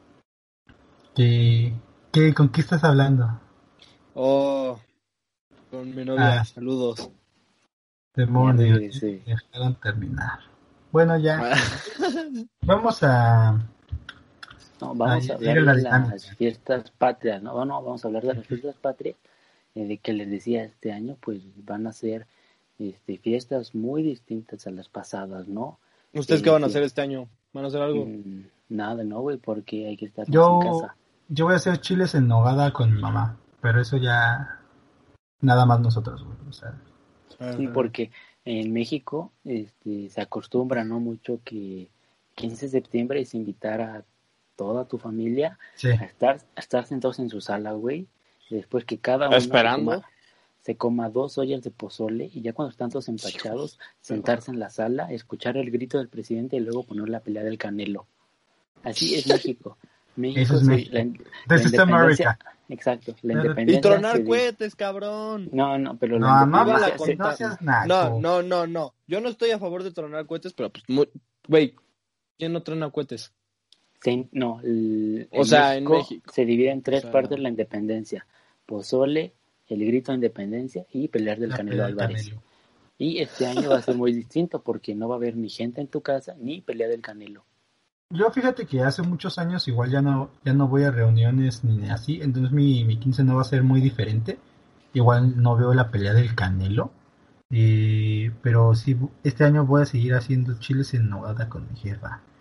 ¿con qué estás hablando? Oh, con mi novia, saludos. Demonios, Ya regresé. dejaron terminar. Bueno, ya, vamos a... No, vamos a Ahí hablar era la de dinámica. las fiestas patrias, ¿no? Bueno, vamos a hablar de las fiestas patrias, de que les decía este año, pues van a ser fiestas muy distintas a las pasadas, ¿no? ¿Ustedes qué van a hacer este año? ¿Van a hacer algo? Nada, ¿no, güey? Porque hay que estar en Yo casa. voy a hacer chiles en nogada con mi mamá, pero eso ya nada más nosotros, güey. O sea, Sí, porque en México se acostumbra, ¿no? Mucho que 15 de septiembre es invitar a toda tu familia sí. a estar sentados en su sala, güey. Y después que cada uno ¿Esperando? se coma 2 ollas de pozole y ya cuando están todos empachados, sentarse en la sala, escuchar el grito del presidente y luego poner la pelea del Canelo. Así es México. Eso es México. This is America. Exacto, la Y independencia. Y tronar se- cohetes, cabrón. No, pero No, la no, independencia no seas naco. No. Yo no estoy a favor de tronar cohetes, pero pues, güey, ¿quién no trona cohetes? No, O sea, en México. se divide en 3 O sea, partes la independencia: pozole, el grito de independencia y pelear del La Canelo pelea del Álvarez. Canelo. Y este año va a ser muy distinto porque no va a haber ni gente en tu casa ni pelea del Canelo. Yo fíjate que hace muchos años igual ya no voy a reuniones ni así, entonces mi 15 no va a ser muy diferente. Igual no veo la pelea del Canelo, pero sí, este año voy a seguir haciendo chiles en nogada con mi jefa.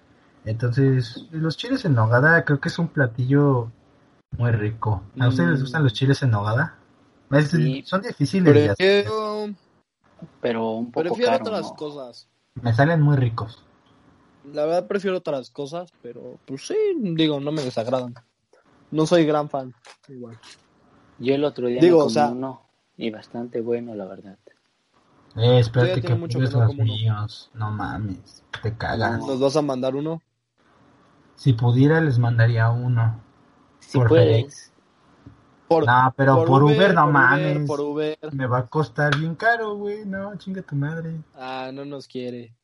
Entonces, los chiles en nogada creo que es un platillo muy rico. ¿A ustedes les gustan los chiles en nogada? Sí, Son difíciles de hacer. Prefiero, pero un poco prefiero caro, otras ¿no? cosas. Me salen muy ricos. La verdad prefiero otras cosas, pero pues sí, digo, no me desagradan. No soy gran fan. Igual. Yo el otro día me Digo, o comí sea, uno y bastante bueno, la verdad. yo ya Espérate que tiene mucho que pruebes no los como uno. míos. No mames, te cagas. No. ¿Nos vas a mandar uno? Si pudiera les mandaría uno. Si Por FedEx. puedes, Por, No, pero por Uber no por Uber, por mames. Uber. Me va a costar bien caro, güey. No, chinga tu madre. Ah, no nos quiere.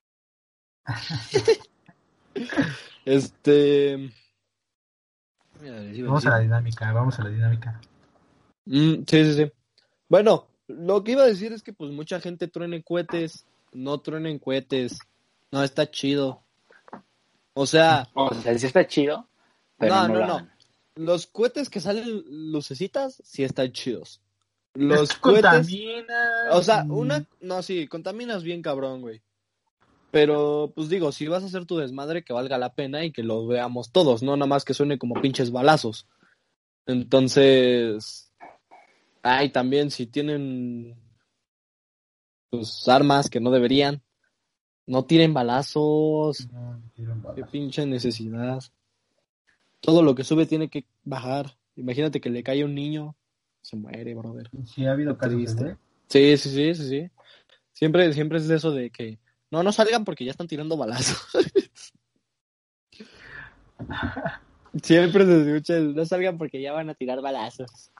Este... mira, les iba a Vamos a la decir. dinámica, vamos a la dinámica. Sí, sí, sí. Bueno, lo que iba a decir es que pues mucha gente truene cohetes. No truenen cohetes. No, está chido. O sea, o sea, sí está chido, pero no, no no, lo no. hagan. Los cohetes que salen lucecitas, sí están chidos. Es Los que cohetes, o contaminas sea, y... no, sí, contaminas bien cabrón, güey. Pero, pues digo, si vas a hacer tu desmadre, que valga la pena y que lo veamos todos, no nada más que suene como pinches balazos. Entonces, ay, también si tienen pues armas que no deberían, no tiren balazos, No, tiran qué balas. pinche necesidad. Todo lo que sube tiene que bajar. Imagínate que le cae a un niño, se muere, brother. Sí, ha Qué habido casos, triste. ¿eh? Sí, sí, sí, sí, sí. Siempre es de eso de que no salgan porque ya están tirando balazos. Siempre se escucha el, no salgan porque ya van a tirar balazos.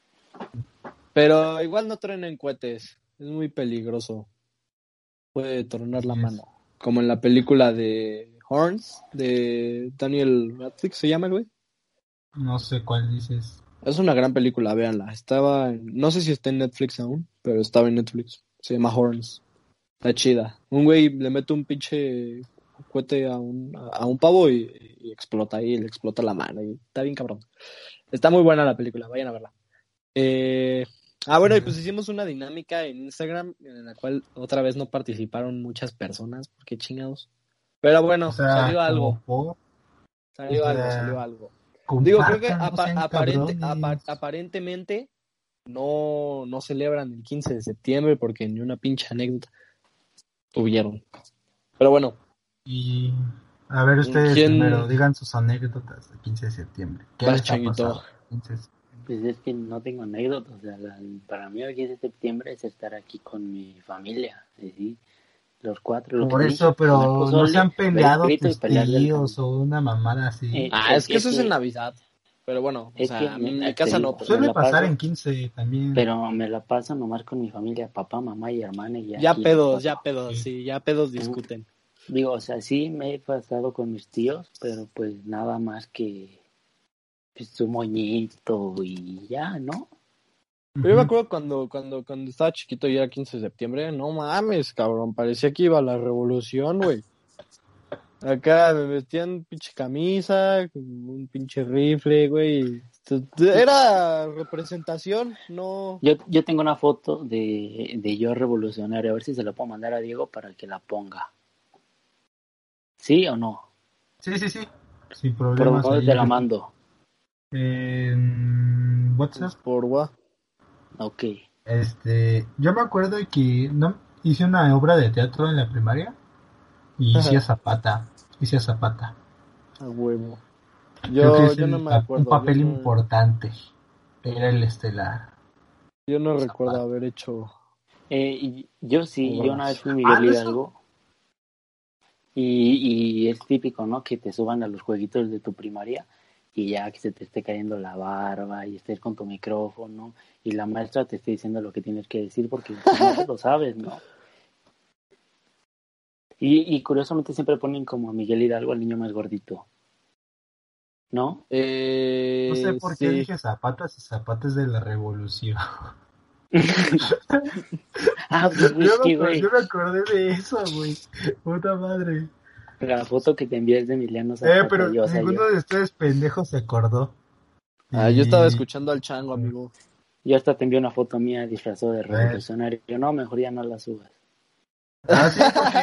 Pero igual no truenen cohetes. Es muy peligroso. Puede tronar la Así es. mano. Como en la película de Horns, de Daniel Radcliffe, ¿se llama el güey? No sé cuál dices. Es una gran película, véanla. No sé si está en Netflix aún, pero estaba en Netflix. Se llama Horns. Está chida. Un güey le mete un pinche cohete a un pavo y explota ahí, le explota la mano. Y está bien cabrón. Está muy buena la película, vayan a verla. Bueno, y pues hicimos una dinámica en Instagram en la cual otra vez no participaron muchas personas, porque chingados. Pero bueno, O sea, salió como algo, por... O salió sea, algo. Digo, creo que compartan, no sean cabrones. aparentemente no celebran el 15 de septiembre porque ni una pinche anécdota tuvieron. Pero bueno, Y a ver ustedes primero, ¿quién digan sus anécdotas del 15 de septiembre. ¿Qué vas, les ha changuito? pasado? Entonces, Pues es que no tengo anécdotas. O sea, para mí el 15 de septiembre es estar aquí con mi familia. Es decir, los cuatro, lo que por te eso, dije, comer pero no se pozole, han ver el peleado grito y tus pelear del tíos campo. o una mamada así. Es que eso es en Navidad. Pero bueno, o Es que, sea, en mi te casa no, digo, pero me Suele la pasar en paso, 15 también. pero me la paso nomás con mi familia, papá, mamá y hermana y ya aquí los pedos, cuatro. sí, ya pedos Ujú. discuten. Digo, o sea, sí me he pasado con mis tíos, pero pues nada más que pues, su moñito y ya, ¿no? Pero yo me Ujú. acuerdo cuando estaba chiquito y era 15 de septiembre, no mames, cabrón, parecía que iba a la revolución, güey. Acá me vestían pinche camisa, con un pinche rifle, güey. Era representación, no. Yo tengo una foto de yo revolucionario, a ver si se la puedo mandar a Diego para que la ponga. ¿Sí o no? Sí, sí, sí. Sin ¿Por problemas dónde ahí. te la mando? En WhatsApp. Pues por guá. Ok. Yo me acuerdo que no hice una obra de teatro en la primaria y hice a Zapata. Hice a Zapata. A huevo. Creo que es Yo no me un acuerdo, papel importante. Era el estelar. yo no recuerdo Zapata. haber hecho Y yo sí, yo una vez obras. fui Miguel ¿no? Eso. Hidalgo y es típico, ¿no? Que te suban a los jueguitos de tu primaria y ya que se te esté cayendo la barba y estés con tu micrófono y la maestra te esté diciendo lo que tienes que decir porque no te lo sabes, ¿no? Y curiosamente siempre ponen como a Miguel Hidalgo al niño más gordito, ¿no? No sé por qué Sí. dije Zapata si Zapata es de la revolución. Pues whisky, Yo güey. me acordé de eso, güey. Puta madre. La foto que te envié es de Emiliano Zapata, Pero yo, o sea, ninguno de ustedes pendejos se acordó. Yo estaba Y... escuchando al chango, amigo. yo hasta te envié una foto mía disfrazado de A ver. revolucionario. No, mejor ya no la subas. Sí, porque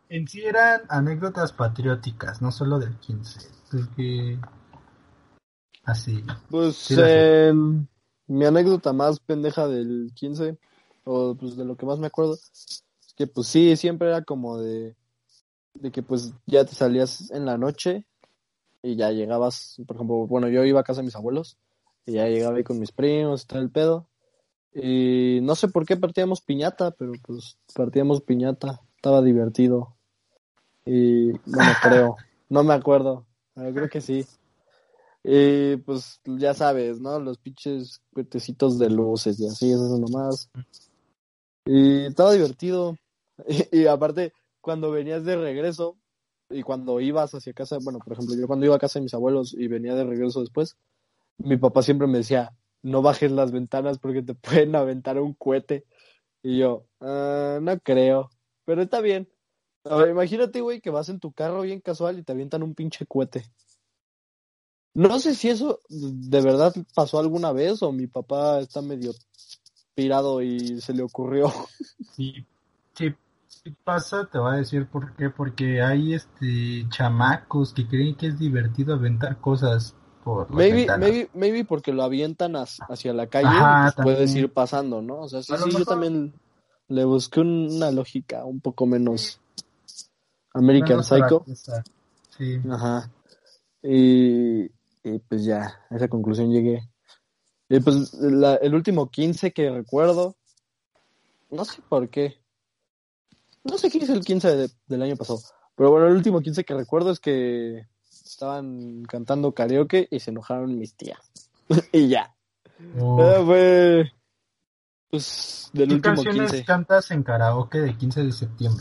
en sí eran anécdotas patrióticas, no solo del 15. Porque así, Pues sí las sé. mi anécdota más pendeja del 15, o pues de lo que más me acuerdo, es que pues sí, siempre era como de que pues ya te salías en la noche y ya llegabas, por ejemplo, bueno, yo iba a casa de mis abuelos y ya llegaba ahí con mis primos y todo el pedo. Y no sé por qué partíamos piñata, pero pues partíamos piñata, estaba divertido. Y bueno, creo, no me acuerdo, pero creo que sí. Y pues ya sabes, ¿no? Los pinches cuetecitos de luces y así, eso es nomás. Y estaba divertido. Y aparte, cuando venías de regreso y cuando ibas hacia casa, bueno, por ejemplo, yo cuando iba a casa de mis abuelos y venía de regreso después, mi papá siempre me decía, no bajes las ventanas porque te pueden aventar un cohete. Y yo, no creo, pero está bien. A ver, imagínate, güey, que vas en tu carro bien casual y te avientan un pinche cohete. No sé si eso de verdad pasó alguna vez o mi papá está medio pirado y se le ocurrió. Sí, sí, sí pasa, te voy a decir por qué. Porque hay chamacos que creen que es divertido aventar cosas por las ventanas. Maybe porque lo avientan hacia la calle y Ajá, pues puedes también. ir pasando, ¿no? O sea, A sí, lo sí, yo mejor también le busqué una lógica un poco menos American menos Psycho. traviesa. Sí. Ajá. Y, y pues ya, a esa conclusión llegué. Y pues el último 15 que recuerdo, no sé por qué, no sé qué hice el 15 del año pasado, pero bueno, el último 15 que recuerdo es que estaban cantando karaoke y se enojaron mis tías. Y ya. Uf. Fue, pues, del ¿Qué último canciones 15. cantas en karaoke de 15 de septiembre?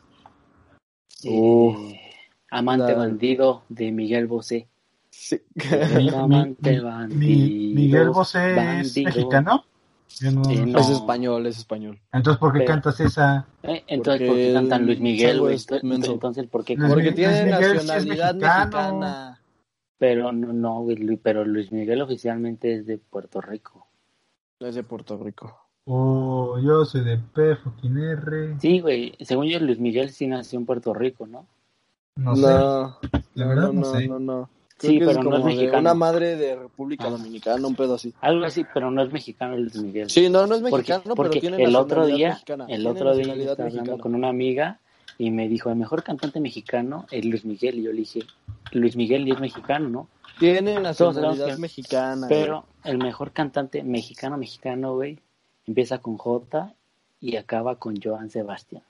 Uh, Amante la, bandido de Miguel Bosé. sí. Eres amante Miguel bandido, Bosé es bandido. mexicano. Yo no sé. Es No, español, es español. Entonces, ¿por qué pero, cantas esa? entonces, ¿por qué Porque cantan Luis el Miguel, chango güey? es menso. Entonces, ¿por qué Porque cantan? Luis tiene Miguel sí es nacionalidad mexicano. mexicana. Pero no, no, güey, pero Luis Miguel oficialmente es de Puerto Rico. Es de Puerto Rico. Oh, yo soy de P fucking R. Sí, güey, según yo, Luis Miguel sí nació en Puerto Rico, ¿no? No sé, No, la no, verdad no, no no, sé. no, no. Creo Sí, que es pero no es como de una mexicano. madre de República Ajá. Dominicana, un pedo así. Algo así, pero no es mexicano Luis Miguel. Sí, no, no es Porque, mexicano, pero porque tiene el otro nacionalidad día, mexicana. el Tiene otro día yo nacionalidad estaba hablando mexicana. con una amiga y me dijo, el mejor cantante mexicano es Luis Miguel. Y yo le dije, Luis Miguel y es mexicano, ¿no? Tiene Todos sabemos nacionalidad que, mexicana, güey. pero el mejor cantante mexicano, güey, empieza con J y acaba con Joan Sebastián.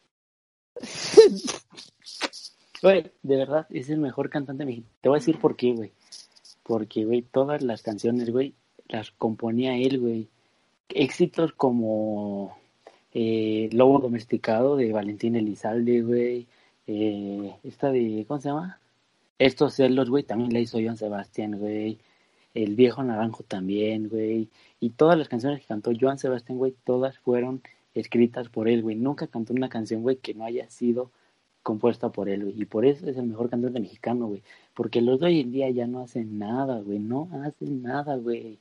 Güey, de verdad, es el mejor cantante mexicano. Te voy a decir por qué, güey. Porque, güey, todas las canciones, güey, las componía él, güey. Éxitos como Lobo Domesticado de Valentín Elizalde, güey. Esta de, ¿cómo se llama? Estos celos, güey, también la hizo Joan Sebastián, güey. El Viejo Naranjo también, güey. Y todas las canciones que cantó Joan Sebastián, güey, todas fueron escritas por él, güey. Nunca cantó una canción, güey, que no haya sido compuesta por él, güey. Y por eso es el mejor cantante mexicano, güey. Porque los de hoy en día ya no hacen nada, güey. No hacen nada, güey.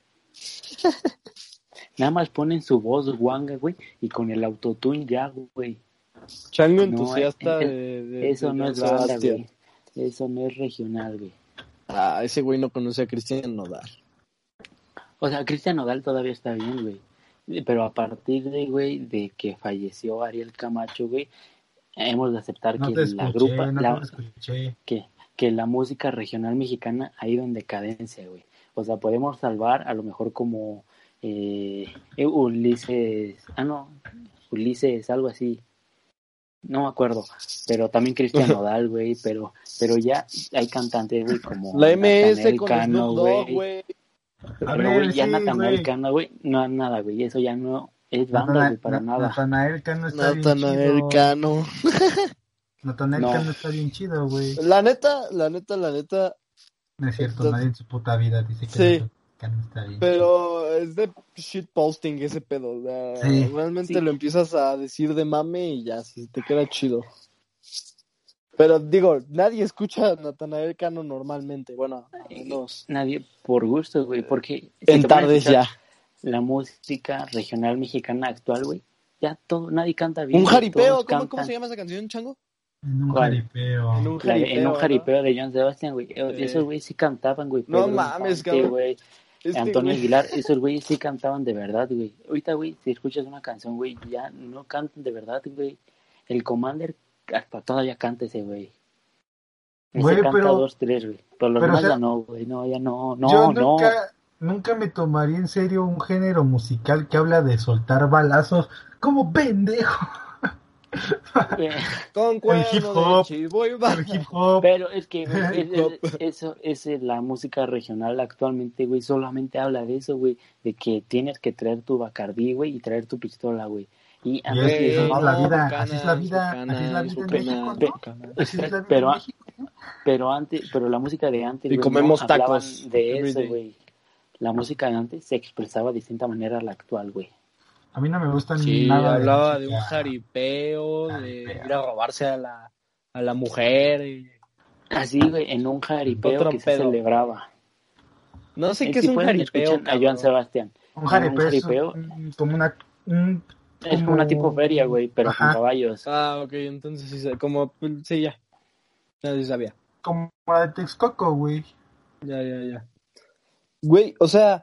Nada más ponen su voz guanga, güey. Y con el autotune ya, güey. Chango No, entusiasta eso de no Joan es banda, Sebastián. güey. Eso no es regional, güey. Ah, ese güey no conoce a Cristian Nodal. O sea, Cristian Nodal todavía está bien, güey. Pero a partir de, güey, de que falleció Ariel Camacho, güey, hemos de aceptar No que te la escuché, grupa, no te escuché. que la música regional mexicana ha ido en decadencia, güey. O sea, podemos salvar a lo mejor como Ulises, Ulises, algo así, no me acuerdo, pero también Cristian Nodal, güey, pero ya hay cantantes, güey, como La MS Natanael con Snoop Cano, Dogg, güey, güey. A pero, güey, ver, ya sí, Natanael güey. Cano, güey, no nada, güey, eso ya no es banda, güey, para nada. Natanael Cano está bien Natanael chido. Cano. Natanael No, Cano está bien chido, güey. La neta, No es cierto, está- nadie en su puta vida dice que sí, Natanael Cano está bien chido. pero es de shitposting ese pedo. O sea, Sí, realmente sí, lo empiezas a decir de mame y ya, si te queda chido. Pero digo, nadie escucha a Natanael Cano normalmente. Bueno, a menos nadie por gusto, güey, porque si en te pones a tardes escuchar ya. la música regional mexicana actual, güey, ya todo, nadie canta Un bien, güey, todos jaripeo, ¿cómo se cantan. llama esa canción, Chango? En un ¿Cuál? jaripeo. En un En un jaripeo, ¿no? jaripeo de Joan Sebastián, güey. Esos güeyes sí cantaban, güey. No Pedro mames, Infante, cabrón. güey. Antonio Aguilar, esos güeyes sí cantaban de verdad, güey. Ahorita, güey, si escuchas una canción, güey, ya no cantan de verdad, güey. El Commander hasta todavía canta ese, güey. Ese Güey, canta pero, 2, 3, güey. Pero los pero, o demás sea, ya no, güey. No, ya no, yo no, no. nunca me tomaría en serio un género musical que habla de soltar balazos como pendejo. Con El hip cuerno de hop, chivo y el hip hop. Pero es que, güey, Hip hop. eso es la música regional actualmente, güey. Solamente habla de eso, güey. De que tienes que traer tu Bacardí, güey, y traer tu pistola, güey. Y Y antes así es Güey, la no, vida, Bucanas, así es la vida, Bucanas, así es la vida en México, Bucanas, ¿no? Bucanas. Así es la vida Pero, en México, ¿no? pero la música de antes, Y güey, comemos no hablaban tacos de every eso, day. güey. La música de antes se expresaba de distinta manera a la actual, güey. A mí no me gustan Sí, nada de hablaba de un música. jaripeo, de Jaripeo. ir a robarse a la mujer. Así, güey, en un jaripeo Otro que se pedo. celebraba. No sé qué es Si un pueden, jaripeo, escuchen a Joan cabrón. Sebastián. Un En un jaripeo es jaripeo como una... es como una tipo feria, güey, pero con Ajá, caballos. Ah, ok, entonces sí, como, sí, ya. Ya sí sabía. como la de Texcoco, güey. Ya. Güey, o sea,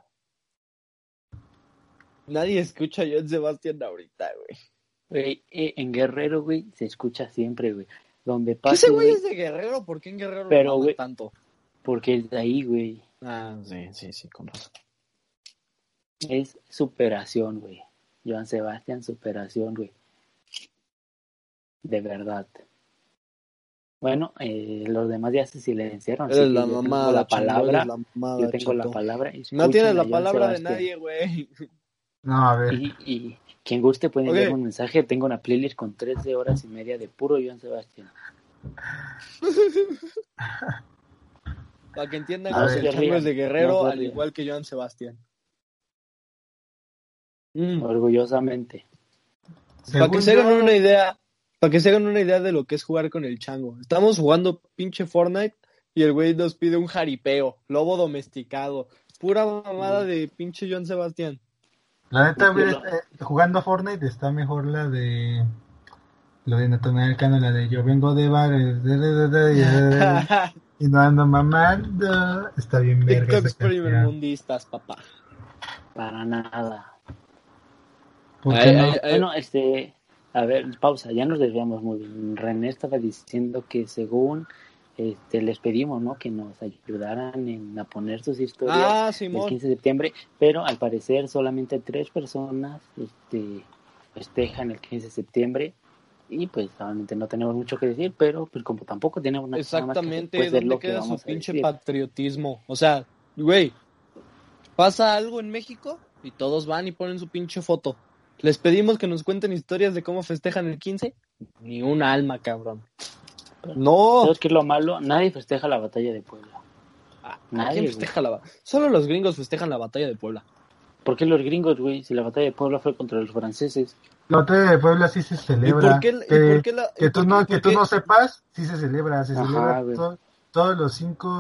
nadie escucha a Joan Sebastián ahorita, güey. Güey, en Guerrero, güey, se escucha siempre, güey. Donde ¿Qué pases, ese güey güey, es de Guerrero? ¿Por qué en Guerrero Pero, lo aman güey, tanto? porque es de ahí, güey. Ah, sí, con razón. Es superación, güey. Joan Sebastián, superación, güey. De verdad. Bueno, los demás ya se silenciaron, así Eres que la yo tengo mamada, la chango, palabra. eres la mamada, Yo tengo la chato. palabra. No Escuchen tienes a la Joan palabra de Sebastián. nadie, güey. No, a ver. Y quien guste puede Ok. enviarme un mensaje. Tengo una playlist con 13 horas y media de puro Joan Sebastián. Para que entiendan No que se el chango rían, es de Guerrero, no se al rían. igual que Joan Sebastián. Orgullosamente. Para que Según se hagan yo, una idea, para que se hagan una idea de lo que es jugar con el chango. Estamos jugando pinche Fortnite y el güey nos pide un jaripeo, lobo domesticado, pura mamada de pinche Joan Sebastián. la neta, Yo güey, lo- jugando a Fortnite está mejor la de... Lo de Natanael Cano, la de yo vengo de bares y no ando mamando. Está bien verga TikToks esa canción. primermundistas, papá. Para nada. ¿Por Ay, qué no? ay, ay. Bueno, a ver, pausa, ya nos desviamos muy bien. René estaba diciendo que según les pedimos, ¿no? Que nos ayudaran a poner sus historias Ah, el Simón. 15 de septiembre, pero al parecer solamente 3 personas festejan el 15 de septiembre y pues realmente no tenemos mucho que decir, pero pues como tampoco tenemos nada más que hacer, Exactamente, pues es ¿dónde lo que queda su vamos a pinche decir. patriotismo? O sea, güey, pasa algo en México y todos van y ponen su pinche foto. Les pedimos que nos cuenten historias de cómo festejan el 15. Ni un alma, cabrón. No. ¿Sabes qué es lo malo? Nadie festeja la batalla de Puebla. ¿A Nadie, quién güey. festeja Solo los gringos festejan la batalla de Puebla. ¿Por qué los gringos, güey? Si la batalla de Puebla fue contra los franceses. La batalla de Puebla sí se celebra. por qué Que tú no sepas, sí se celebra. Se Ajá, celebra güey. todos los 5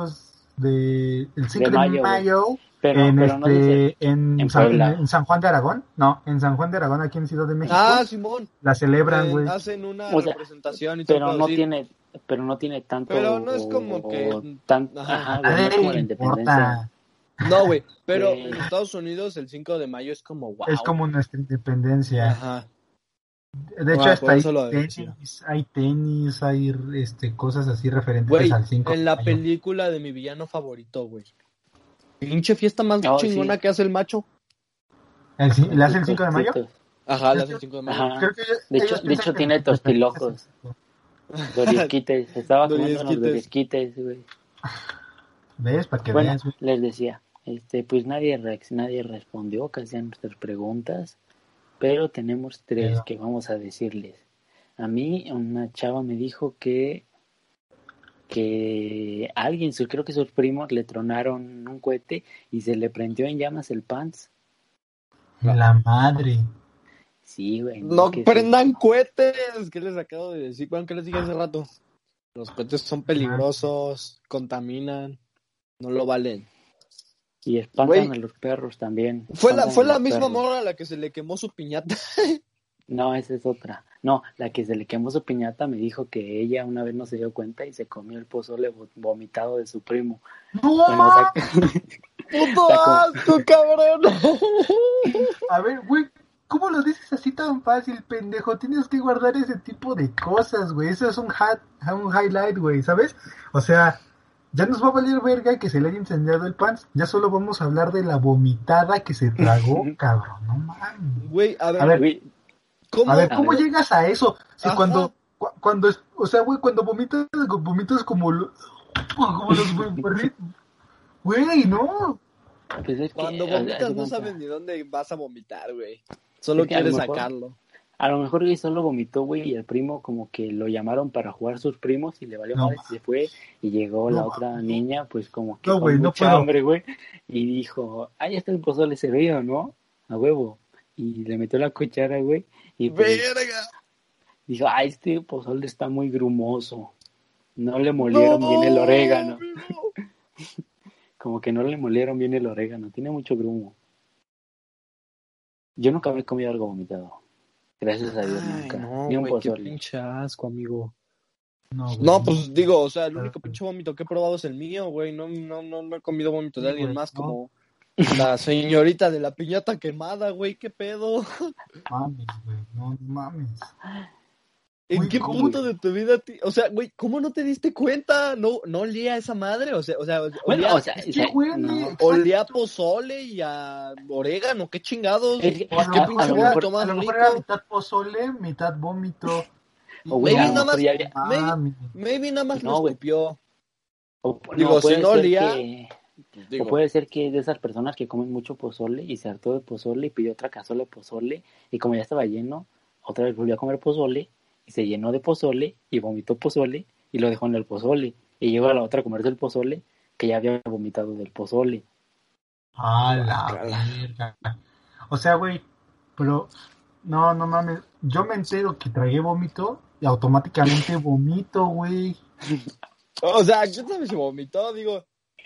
el 5 De de mayo, mayo, Pero no dice en Puebla. en San Juan de Aragón. No, en San Juan de Aragón, aquí en Ciudad de México. Ah, Simón. La celebran, güey. Hacen una O sea, representación y todo. pero no tiene tanto. Pero no es como que. Ajá, A güey, no es nadie como le la independencia. importa. No, güey. Pero Sí. en Estados Unidos el 5 de mayo es como wow. Es como nuestra independencia. Ajá. De hecho, hasta por hay eso lo decía. tenis, hay cosas así referentes Güey, al 5 en de la mayo. película de mi villano favorito, güey. Pinche fiesta más Oh, chingona sí. que hace el macho. ¿Le hace el 5 de mayo? Ajá, le hace el 5 de mayo. Ajá. Creo que De ellos hecho, piensan que tiene nosotros tostilocos. Doriesquites. Estaba comiendo unos Doriesquites. doriesquites, güey. ¿Ves? Para que Bueno, veas, güey. les decía, pues nadie respondió casi a nuestras preguntas, pero tenemos 3 Pero- que vamos a decirles. A mí una chava me dijo que alguien, creo que sus primos le tronaron un cohete y se le prendió en llamas el pants. La madre. Sí, güey. No que prendan cohetes. ¿Qué les acabo de decir? Bueno, ¿qué les dije hace rato? Los cohetes son peligrosos, contaminan, no lo valen. Y espantan Güey. a los perros también. Fue espantan la a los misma perros. morra a la que se le quemó su piñata. No, esa es otra. No, la que se le quemó su piñata me dijo que ella una vez no se dio cuenta y se comió el pozole vomitado de su primo. ¡No, Bueno, o sea, ¡Puto sea, como- asco, cabrón! A ver, güey, ¿cómo lo dices así tan fácil, pendejo? Tienes que guardar ese tipo de cosas, güey. Eso es un highlight, güey, ¿sabes? O sea, ya nos va a valer verga que se le haya incendiado el pants. Ya solo vamos a hablar de la vomitada que se tragó, cabrón. No mames. Güey, A ver, güey, ¿cómo? A ver, A ¿cómo ver. llegas a eso? Si Ajá. cuando es, o sea, güey, cuando vomitas como los burritos. Güey, no. pues es que, Cuando haz de vomitas no cuenta, sabes ni dónde vas a vomitar, güey. Solo Es que a lo quieres mejor- sacarlo. A lo mejor güey solo vomitó, güey, y el primo como que lo llamaron para jugar sus primos y le valió No, madre y se fue. Y llegó la no, otra no. niña, pues como que No, güey, con no mucha puedo. hambre, güey. Y dijo, ahí está el pozole servido, ¿no? A huevo. Y le metió la cuchara, güey. Y pues ¡Verga! dijo, este pozole está muy grumoso. No le molieron bien el orégano. amigo. Como que no le molieron bien el orégano. Tiene mucho grumo. Yo nunca me he comido algo vomitado. Gracias a Dios, Ay, nunca. no, Ni un güey, qué pozole. pinche asco, amigo. No, güey, No, pues digo, o sea, el Pero- único pinche vómito que he probado es el mío, güey. No he comido vómito de Sí, alguien güey, más no. como la señorita de la piñata quemada, güey. ¿Qué pedo? Mames, güey, no mames. ¿En Güey, qué ¿cómo? punto de tu vida? O sea, güey, ¿cómo no te diste cuenta? ¿No olía esa madre? O sea, Bueno, olía, o sea, ¿Qué huele? no. olía a pozole y a orégano. ¿Qué chingados? Es que O a ¿Qué lo pinche mejor mejor- vómito a más lo mejor era rico? mitad pozole, mitad vómito. O, güey, Maybe a lo nada mejor más, ya había... Mames. maybe nada más No, lo güey. escupió. No, Digo, si puede no ser olía, que... pues O digo, puede ser que es de esas personas que comen mucho pozole y se hartó de pozole y pidió otra cazuela de pozole y como ya estaba lleno, otra vez volvió a comer pozole y se llenó de pozole y vomitó pozole y lo dejó en el pozole y llegó a la otra a comerse el pozole que ya había vomitado del pozole. A la Guácala. verga. O sea, güey, pero no mames. Yo me entero que tragué vómito y automáticamente vomito, güey. o sea, ¿quién sabe si vomitó? Digo,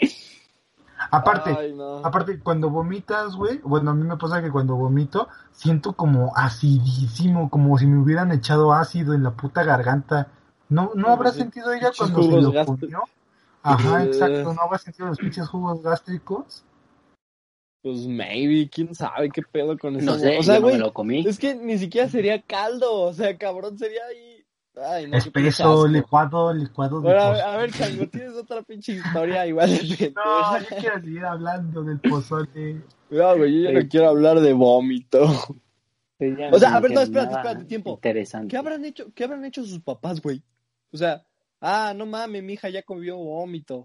Aparte, ay, no. aparte, cuando vomitas, güey, bueno, a mí me pasa que cuando vomito siento como acidísimo, como si me hubieran echado ácido en la puta garganta. ¿No habrá Sí, sentido ella pinches cuando se jugos lo gástricos. comió? Ajá, exacto, ¿no habrá sentido los pinches jugos gástricos? Pues maybe, quién sabe qué pedo con eso. No sé, o sea, yo no me güey, lo comí. es que ni siquiera sería caldo, o sea, cabrón, sería ahí. Ay, no, qué pinche Espeso, asco. licuado de Ahora, pozole. a ver, Chango, ¿tienes otra pinche historia igual de No, pendeja? yo quiero seguir hablando del pozole. No, güey, yo ya no quiero hablar de vómito. Pues ya O sea, no a ver, no, dijeron espérate, nada tiempo. interesante. ¿Qué habrán hecho sus papás, güey? O sea, no mames, mi hija ya comió vómito.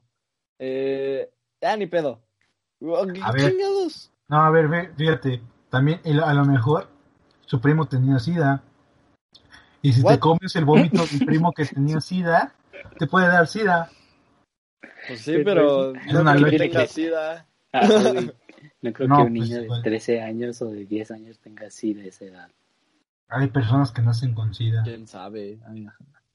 Ni pedo. ¿Qué A ver. chingados? No, a ver, fíjate, también a lo mejor su primo tenía sida. Y si What? te comes el vómito del primo que tenía sida, te puede dar sida. Pues sí, pero Es no una creo que lógica. tenga sida. Güey, no creo No, que un pues, niño de igual. 13 años o de 10 años tenga así de esa edad. Hay personas que nacen con sida. ¿Quién sabe? Ay,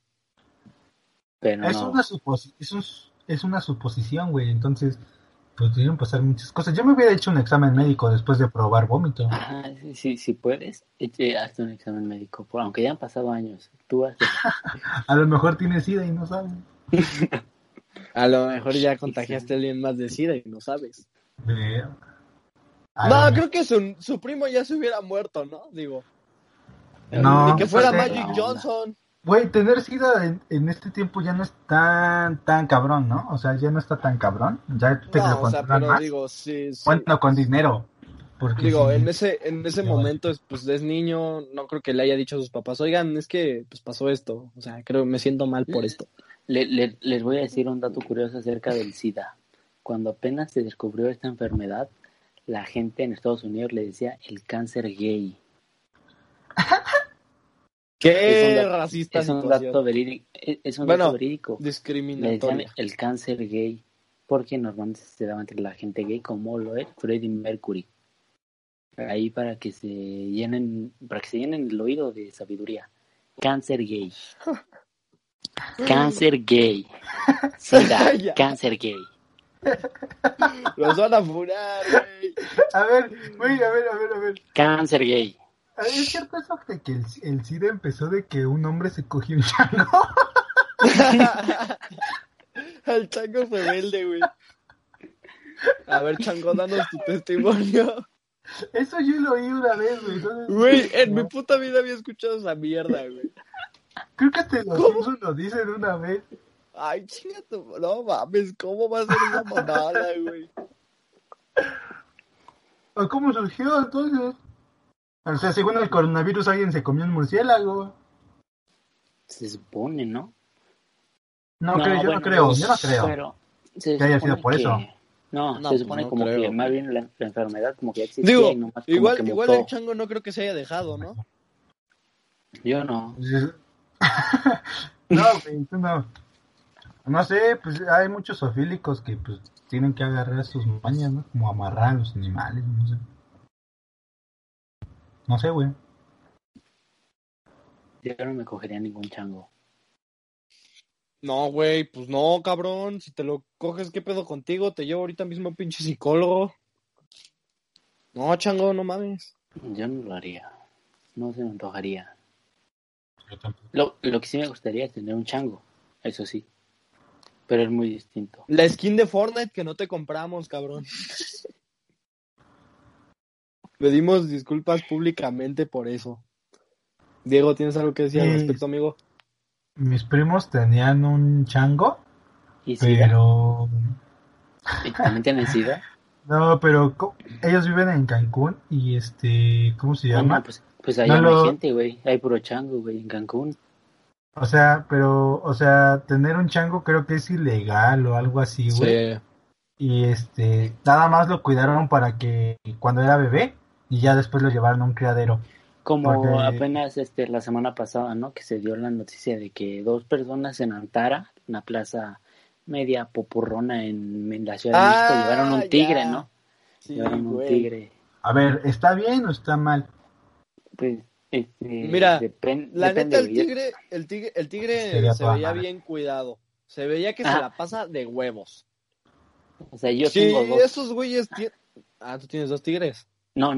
Pero Es no. una suposición, güey. Entonces, pues deben pasar muchas cosas. Yo me hubiera hecho un examen médico después de probar vómito. Si puedes, hazte un examen médico. Aunque ya han pasado años, tú hazte. A lo mejor tiene sida y no sabes. A lo mejor ya contagiaste a alguien más de sida y no sabes. A No, lo creo que su primo ya se hubiera muerto, ¿no? Digo, No, ni que fuera no sé. Magic Johnson. Güey, tener sida en este tiempo ya no es tan cabrón, ¿no? O sea, ya no está tan cabrón. Ya te lo No, o sea, controlan pero más. digo, sí. Bueno, con dinero. Porque Digo, sí, en ese momento, pues es niño, no creo que le haya dicho a sus papás, oigan, es que pues pasó esto. O sea, creo me siento mal por esto. Les voy a decir un dato curioso acerca del SIDA. Cuando apenas se descubrió esta enfermedad, la gente en Estados Unidos le decía el cáncer gay. Qué racista Es un situación. dato verídico. Es un Bueno, dato verídico. Le decían discriminatoria. el cáncer gay porque normalmente se daba entre la gente gay como lo es Freddie Mercury. Ahí para que se llenen el oído de sabiduría. Cáncer gay. Cáncer gay. SIDA, Ya. cáncer gay. Los van a funar, güey. A ver, güey, a ver. Cáncer gay. ¿Es cierto eso de que el SIDA empezó de que un hombre se cogió un chango? El chango rebelde, güey. A ver, chango, danos tu testimonio. Eso yo lo oí una vez, güey. Güey, en mi puta vida había escuchado esa mierda, güey. Creo que hasta los Simpsons lo dicen una vez. Ay, chinga tu... No mames, ¿cómo va a ser esa mamada, güey? ¿Cómo surgió entonces? O sea, según el coronavirus, alguien se comió un murciélago. Se supone, ¿no? No, No, creo, yo bueno, no creo, pues, yo no creo. Pero se Que haya sido supone por eso. No, No, se pues supone no como creo. que más bien la enfermedad como que ya existía Digo, y nomás como igual que el mutó. chango no creo que se haya dejado, ¿no? Yo no. No, güey, tú no. No sé, pues hay muchos zoofílicos que pues tienen que agarrar sus mañas, ¿no? Como amarrar a los animales, no sé. No sé, güey. Yo no me cogería ningún chango. No, güey, pues no, cabrón. Si te lo coges, ¿qué pedo contigo? Te llevo ahorita mismo a pinche psicólogo. No, chango, no mames. Yo no lo haría. No se me antojaría. Yo tampoco. Lo que sí me gustaría es tener un chango. Eso sí. Pero es muy distinto. La skin de Fortnite que no te compramos, cabrón. Pedimos disculpas públicamente por eso. Diego, ¿tienes algo que decir al Sí. respecto, amigo? Mis primos tenían un chango, ¿Y SIDA? pero... ¿Y también tienen SIDA? No, pero ellos viven en Cancún y ¿cómo se llama? No, pues allá No no hay lo- gente, güey. Hay puro chango, güey, en Cancún. O sea, tener un chango creo que es ilegal o algo así, güey. Sí. Y nada más lo cuidaron para que cuando era bebé y ya después lo llevaron a un criadero. Como Porque- apenas la semana pasada, ¿no? Que se dio la noticia de que 2 personas en Antara, una plaza media popurrona en la Ciudad de México, llevaron un tigre, ya. ¿no? Sí, Llevaron un güey. tigre. A ver, ¿está bien o está mal? Pues, Mira, La depende, neta, güey. el tigre Sería se toda veía madre. bien cuidado. Se veía que se Ajá. la pasa de huevos. O sea, yo Sí, tengo 2. esos güeyes tú tienes 2 tigres. No.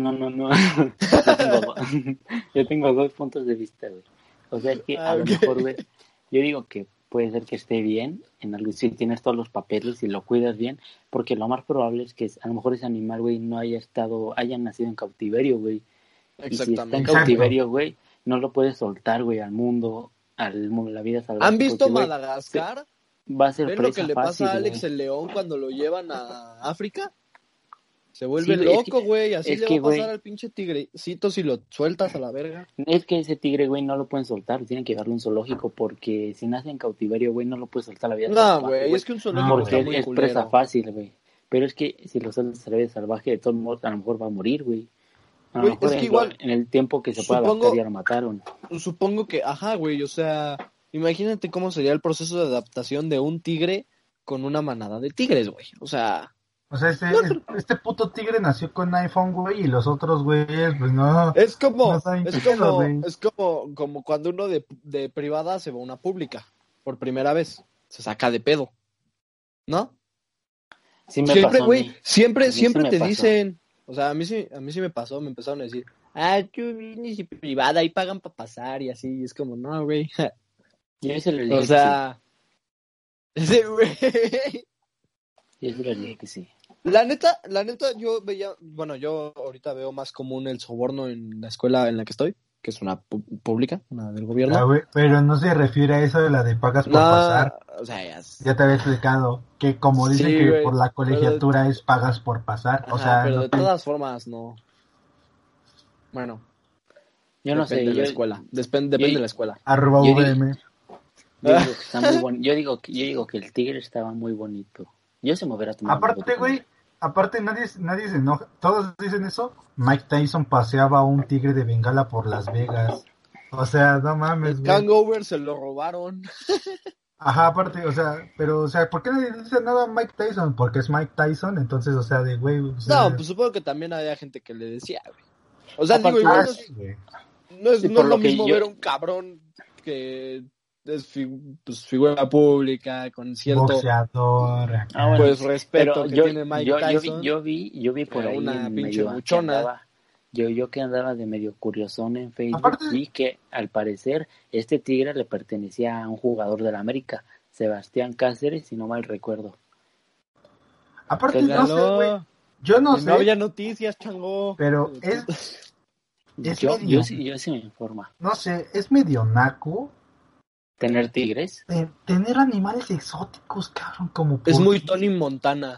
Yo tengo 2 puntos de vista, güey. O sea, es que a lo Ok. mejor, güey, yo digo que puede ser que esté bien en algo, si tienes todos los papeles y lo cuidas bien, porque lo más probable es que a lo mejor ese animal, güey, no haya nacido en cautiverio, güey. Y si está en Exactamente. Exacto. cautiverio, güey, no lo puedes soltar, güey, al mundo, la vida salvaje. ¿Han visto porque, güey, Madagascar? va a ser ¿Ven lo presa que le fácil, pasa a Alex güey. el león cuando lo llevan a África? Se vuelve Sí, güey, loco, güey. Así es le que, va a pasar güey, al pinche tigrecito si lo sueltas a la verga. Es que ese tigre, güey, no lo pueden soltar, tienen que llevarlo a un zoológico porque si nace en cautiverio, güey, no lo puedes soltar a la vida No, salvaje, güey, es que un zoológico No, está porque muy es culero. presa fácil, güey. Pero es que si lo sueltas a la vida salvaje, de todos modos, a lo mejor va a morir, güey. A lo Güey, mejor es que igual, en el tiempo que se pueda supongo- adaptar ya lo mataron. Supongo que, ajá, güey, o sea, imagínate cómo sería el proceso de adaptación de un tigre con una manada de tigres, güey. O sea, O sea, este puto tigre nació con iPhone, güey, y los otros güeyes, pues no. es como, No saben es qué pedo, como, güey. es como cuando uno de privada se va a una pública por primera vez, se saca de pedo, ¿no? Sí me Siempre, pasó a güey, mí. siempre A mí sí me te pasó. dicen, o sea, a mí sí me pasó, me empezaron a decir, tú vienes y privada y pagan para pasar y así, y es como, no, güey, Yo se lo dije o que sea, ese güey. sí. Yo se lo dije que sí. La neta, yo veía, bueno, yo ahorita veo más común el soborno en la escuela en la que estoy, que es una pública, una del gobierno. Ah, güey, pero no se refiere a eso de la de pagas por No, pasar. o sea, Ya te había explicado que como dicen Sí, que güey, por la colegiatura es pagas por pasar. O ajá, sea, pero no de te- todas formas, no. Bueno, Yo no sé, depende de la yo, escuela, depende de la escuela. arroba yo digo- VM. yo digo que está muy bonito. Yo digo que el tigre estaba muy bonito. Yo se me hubiera tomado una Aparte, foto con güey, él. aparte nadie se enoja. Todos dicen eso. Mike Tyson paseaba a un tigre de Bengala por Las Vegas. O sea, no mames, El güey. Hangover se lo robaron. Ajá, aparte, o sea, pero, o sea, ¿por qué nadie dice nada a Mike Tyson? Porque es Mike Tyson, entonces, o sea, de güey, o sea... No, pues supongo que también había gente que le decía, güey. O sea, Aparte- digo, igual Ah, no es, sí, güey. no es Sí, no por es lo lo que mismo yo- ver a un cabrón que es pues, figura pública, con cierto Boxeador. acá. pues respeto Pero que tiene Mike Tyson. yo vi por Era ahí una en pinche medio buchona. Yo que andaba de medio curiosón en Facebook, Aparte, vi que al parecer este tigre le pertenecía a un jugador del América, Sebastián Cáceres, si no mal recuerdo. aparte Entonces, no sé, güey. Yo no Que no había sé, noticias, chango. pero es yo medio, sí me informa. no sé, es medio naco ¿Tener tigres? tener animales exóticos, cabrón, como Es por muy qué. Tony Montana.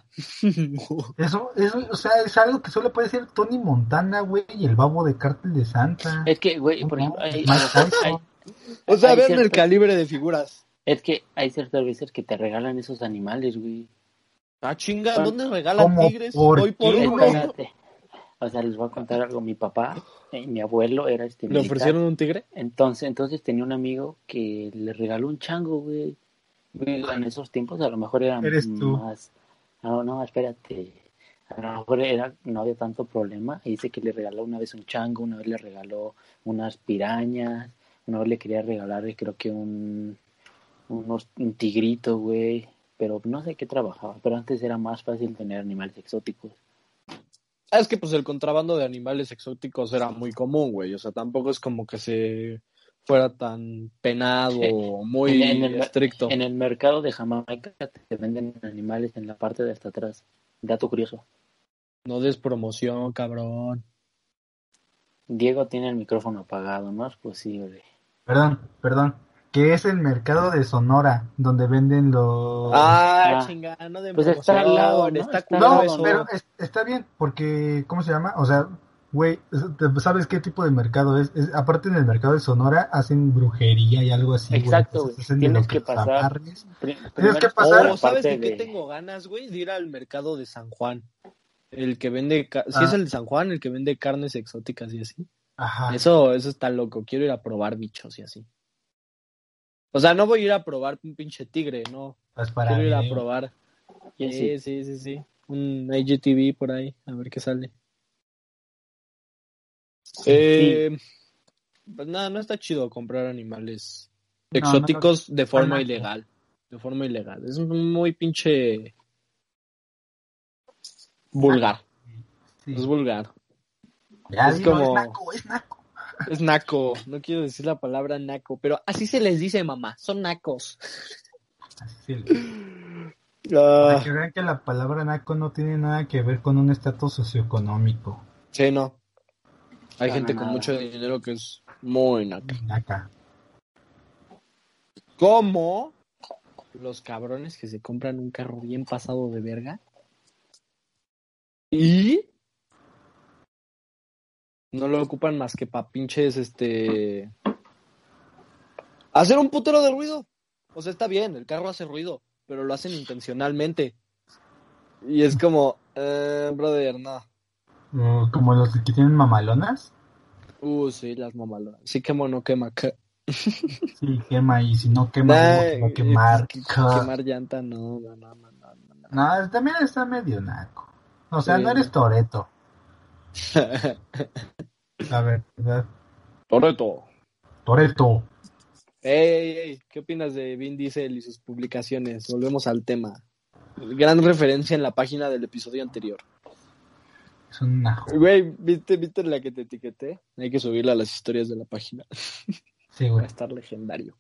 Eso, o sea, es algo que solo puede ser Tony Montana, güey, y el babo de Cártel de Santa. Es que, güey, No, por ejemplo, Mike Tyson. O sea, hay vean el ciertas- calibre de figuras. es que hay ciertas veces que te regalan esos animales, güey. Ah, chinga, Bueno, ¿dónde regalan ¿cómo tigres? por Hoy por qué, uno. güey? Espérate. O sea, les voy a contar algo. Mi papá, mi abuelo era ¿Le militar. ofrecieron un tigre? Entonces tenía un amigo que le regaló un chango, güey. Digo, en esos tiempos a lo mejor era Eres tú. más... No, espérate. A lo mejor no había tanto problema. Y dice que le regaló una vez un chango, una vez le regaló unas pirañas, una vez le quería regalar, creo que un tigrito, güey. Pero no sé qué trabajaba. Pero antes era más fácil tener animales exóticos. Ah, es que pues el contrabando de animales exóticos era muy común, güey. O sea, tampoco es como que se fuera tan penado o muy estricto. En el mercado de Jamaica te venden animales en la parte de hasta atrás. Dato curioso. No des promoción, cabrón. Diego tiene el micrófono apagado, no es posible. Perdón. Que es el mercado de Sonora, donde venden los... Chingada, no de Pues promoción. está al lado, ¿no? Está Está culero al No, lado, eso. pero está bien, porque, ¿cómo se llama? O sea, güey, ¿sabes qué tipo de mercado es? Aparte en el mercado de Sonora hacen brujería y algo así, Exacto, güey. güey. Hacen de Tienes lo que los pasar. amarres. Primero que está pasar. la Oh, ¿sabes parte de qué tengo ganas, güey? De ir al mercado de San Juan. El que vende... ¿Sí es el de San Juan? El que vende carnes exóticas y así. Ajá. Eso está loco. Quiero ir a probar bichos y así. O sea, no voy a ir a probar un pinche tigre, no. Pues para Quiero ir a video. probar. Yo sí. Sí. Un IGTV por ahí, a ver qué sale. Pues nada, no está chido comprar animales No, exóticos de forma naco. ilegal. De forma ilegal. Es muy pinche vulgar. Sí. Es vulgar. Ya es dilo, como- es naco. Es naco. No quiero decir la palabra naco, pero así se les dice, mamá. Son nacos. Así se le- Para que vean que la palabra naco no tiene nada que ver con un estatus socioeconómico. Sí, no. Hay Para gente nada. con mucho dinero que es muy naca. Naca. ¿Cómo? Los cabrones que se compran un carro bien pasado de verga. Y no lo ocupan más que pa' pinches, hacer un putero de ruido. O sea, está bien, el carro hace ruido, pero lo hacen intencionalmente. Y es como, brother, no. Como los que tienen mamalonas. Sí, las mamalonas. Sí quemo, no quema. Sí, quema, y si no quema, Nah, ¿cómo te va a quemar? quemar llanta, no. No, también está medio naco. O sea, Sí. no eres Toreto. La verdad. Toreto. Ey, ¿qué opinas de Vin Diesel y sus publicaciones? Volvemos al tema. Gran referencia en la página del episodio anterior. Es un naco. Güey, ¿viste la que te etiqueté? Hay que subirla a las historias de la página. Sí, Va a güey. estar legendario.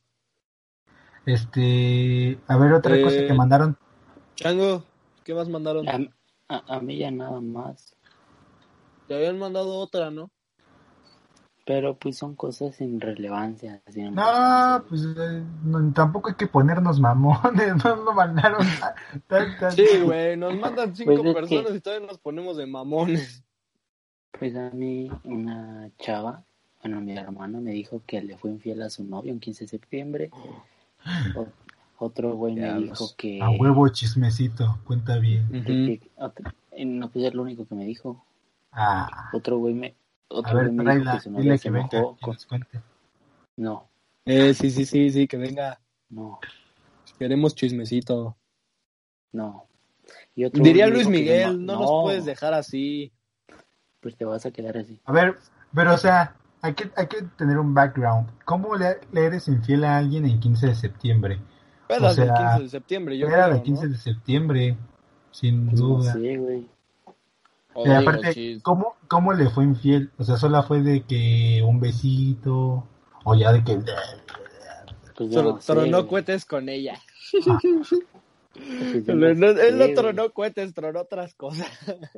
A ver, otra cosa que mandaron. Chango, ¿qué más mandaron? A mí ya nada más. Te habían mandado otra, ¿no? Pero pues son cosas sin relevancia. Sin No, importancia. pues tampoco hay que ponernos mamones. No lo mandaron tantas. Sí, güey, nos mandan 5 Pues es personas que- y todavía nos ponemos de mamones. Pues a mí una chava, bueno, mi hermano me dijo que le fue infiel a su novio en 15 de septiembre. Otro güey me Diablos. dijo que... A huevo chismecito, cuenta bien. No, pues es lo único que me dijo. Ah, Otro güey me a ver, dijo tráela, que su novia dile se que venga, enojó que con... nos cuente. No, Sí, que venga. no, Queremos chismecito. no. Y otro Diría me Luis dijo que Miguel, no nos puedes dejar así. Pues te vas a quedar así. A ver, pero o sea, hay que tener un background. ¿Cómo le eres infiel a alguien en 15 de septiembre? Pero O sea, del 15 de septiembre, yo Era creo, de 15 ¿no? de septiembre, sin Pues no duda. sé, güey. O Y digo, aparte, sí. ¿cómo le fue infiel? O sea, solo fue de que un besito, o ya de que... Pues yo no sé, Tronó güey. cohetes con ella. Pues yo no Él no sé, güey. tronó cohetes, tronó otras cosas.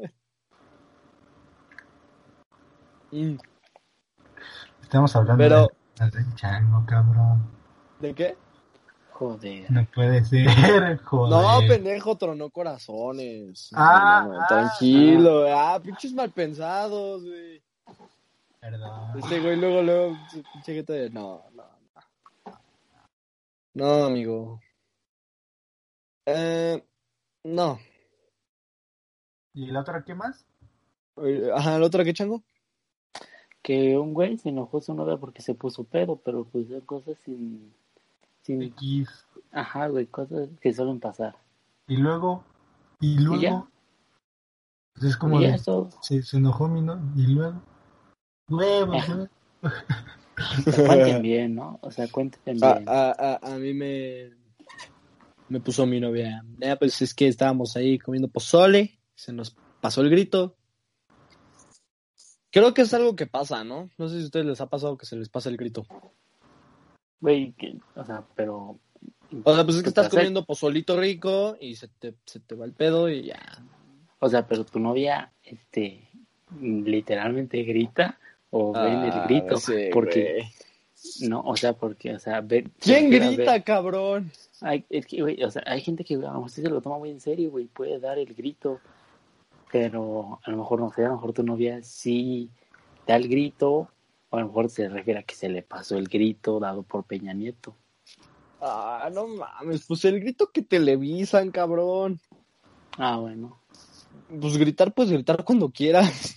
Mm, Estamos hablando Pero, del chango, cabrón. ¿de qué? Joder. No puede ser, No, joder. pendejo, tronó corazones. No, Ah, no, Ah, tranquilo. Pinches mal pensados, güey. perdón. Ese güey luego, su pinche jeta de, no, amigo. No. ¿Y la otra qué más? Ajá, ¿el otro qué, chango? que un güey se enojó su novia porque se puso pedo, pero pues de cosas sin, X. ajá, güey, cosas que suelen pasar. Y luego, Y ya, pues es como y ya de, eso, se enojó mi no, y luego, huevos, huevos. o sea, cuenten bien, ¿no? O sea, cuenten bien. A mí me puso mi novia. Pues es que estábamos ahí comiendo pozole, se nos pasó el grito. Creo que es algo que pasa, ¿no? No sé si a ustedes les ha pasado que se les pasa el grito. Güey, o sea, pero... O sea, pues es que ¿qué estás pasa? comiendo pozolito rico y se te va el pedo y ya. O sea, pero tu novia, literalmente grita o ven el grito, Sí, porque, güey. no, o sea, porque, o sea, ven... ¿Quién prefiere ver- grita, cabrón? es que, güey, o sea, hay gente que a lo mejor sí se lo toma muy en serio, güey, puede dar el grito, pero a lo mejor no sé, a lo mejor tu novia sí da el grito, o a lo mejor se refiere a que se le pasó el grito dado por Peña Nieto. No mames, pues el grito que televisan, cabrón. Ah, bueno. Pues puedes gritar cuando quieras.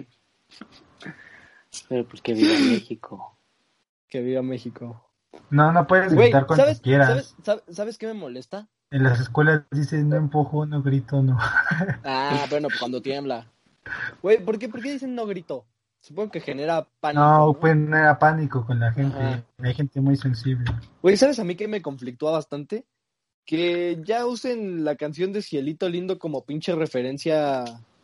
Pero pues que viva México. Que viva México. No puedes Güey, gritar cuando quieras. ¿sabes qué me molesta? En las escuelas dicen no empujo, no grito, no. Bueno, pues cuando tiembla. Güey, ¿por qué dicen no grito? Supongo que genera pánico, No, ¿no? pues no era pánico con la gente. Ajá. Hay gente muy sensible. Güey, ¿sabes a mí que me conflictúa bastante? Que ya usen la canción de Cielito Lindo como pinche referencia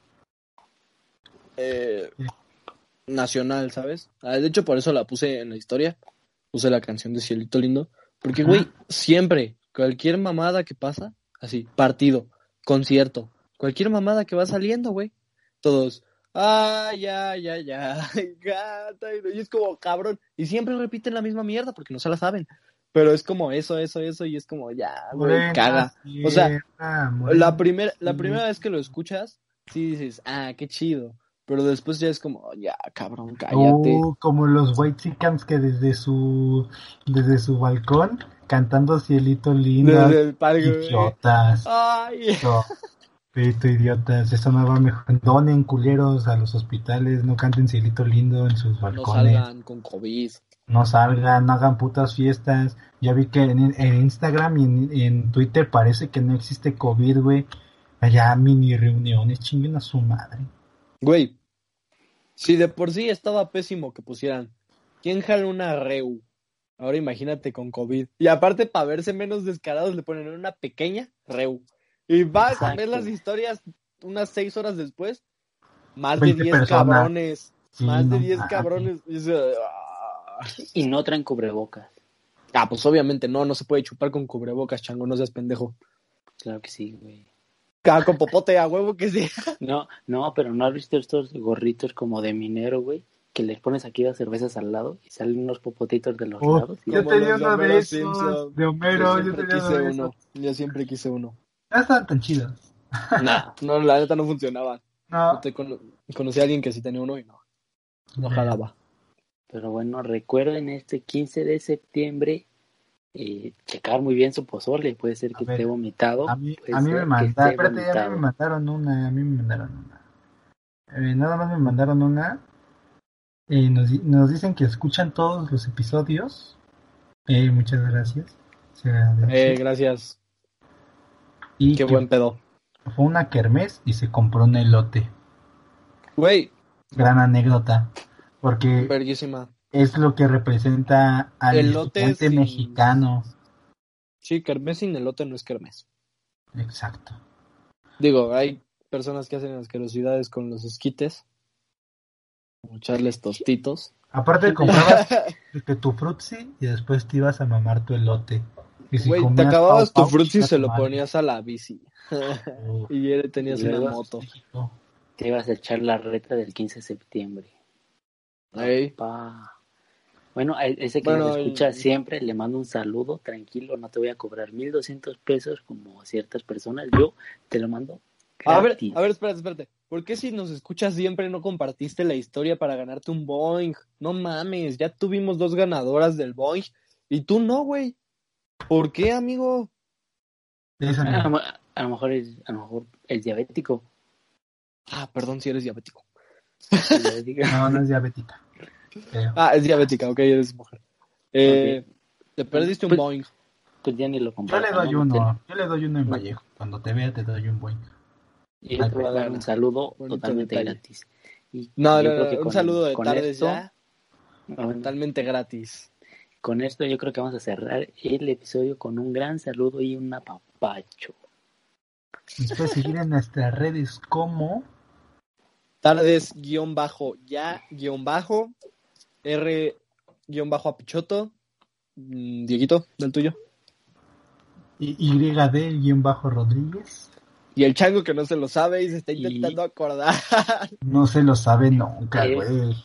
nacional, ¿sabes? De hecho, por eso la puse en la historia. Puse la canción de Cielito Lindo. Porque, güey, siempre, cualquier mamada que pasa, así, partido, concierto, cualquier mamada que va saliendo, güey, todos, ya, gata, y es como, cabrón, y siempre repiten la misma mierda porque no se la saben. Pero es como eso, y es como, ya, güey, Morena, caga. O sea, morena, la primera vez que lo escuchas, sí dices, qué chido. Pero después ya es como, ya, cabrón, cállate. como los White Chickens que desde su balcón cantando Cielito Lindo. Desde el parque, güey. Idiotas. Ay. Pito, idiotas. Eso no va mejor. Donen culeros a los hospitales. No canten Cielito Lindo en sus No balcones. salgan con COVID. No salgan, no hagan putas fiestas. Ya vi que en Instagram y en Twitter parece que no existe COVID, güey. Allá mini reuniones, chinguen a su madre. Güey, si de por sí estaba pésimo que pusieran, ¿quién jala una reu? Ahora imagínate con COVID. Y aparte, para verse menos descarados, le ponen una pequeña reu. Y vas a ver Exacto. las historias unas 6 horas después. Más de 20 10 personas. cabrones. Sí, Más de no 10 mames. cabrones. Y dice, Y no traen cubrebocas. pues obviamente no se puede chupar con cubrebocas, chango, no seas pendejo. Claro que sí, güey. Con popote a huevo que sí. No, pero ¿no has visto estos gorritos como de minero, güey? Que les pones aquí las cervezas al lado y salen unos popotitos de los lados. Yo Como tenía los de uno Homero de esos, Simpson. de Homero, yo tenía uno de esos. Yo siempre quise uno. No estaban tan chidos. No, la neta no funcionaba. No, Conocí a alguien que sí tenía uno y no jalaba. Pero bueno, recuerden este 15 de septiembre checar muy bien su pozole. Puede ser que A ver, esté vomitado. a mí puede me ser que mandaron, esté espérate, a mí me mandaron una. Nada más me mandaron una. Nos dicen que escuchan todos los episodios. Muchas gracias. Se agradece. Gracias. Y Qué que buen pedo. fue una kermés y se compró un elote. Güey, Gran anécdota. Porque verguísima. es lo que representa al Elote estudiante sin- mexicano. Sí, kermés sin elote no es kermés. Exacto. Digo, hay personas que hacen asquerosidades con los esquites, como echarles tostitos. Aparte comprabas que tu frutzi y después te ibas a mamar tu elote. Y si Güey, te comías acababas Pau tu Pau, frutzi y chinga se tu lo madre. ponías a la bici. Uf, Y tenías Y una luego- moto. México. Te ibas a echar la reta del 15 de septiembre. Ey. Pa. Bueno, a ese que Bueno, nos escucha siempre, le mando un saludo, tranquilo, no te voy a cobrar 1,200 pesos como ciertas personas, yo te lo mando gratis. A ver, espérate. ¿Por qué si nos escuchas siempre no compartiste la historia para ganarte un Boeing? No mames, ya tuvimos 2 ganadoras del Boeing y tú no, güey. ¿Por qué, amigo? Es A, amigo. lo- a lo mejor es diabético. Ah, perdón si eres diabético. No es diabética. Creo. Ah, es diabética, ok, eres mujer. Te perdiste un Pues- Boeing. Pues ya ni lo Yo comparto. le doy ¿no? uno. Yo le doy uno en No. Vallejo. Cuando te vea te doy un buen. Y yo te voy a dar Bueno, un saludo bonito totalmente detalle. gratis. Y No, yo creo que un con- saludo de con tardes esto, ya, bueno, totalmente gratis. con esto yo creo que vamos a cerrar el episodio con un gran saludo y un apapacho. Nos puedes seguir en nuestras redes como Tardes guión bajo ya guión bajo R guión bajo apichoto. Dieguito, del tuyo. YD-Rodríguez. Y el chango que no se lo sabe y se está Y- intentando acordar. No se lo sabe nunca, Eh, güey.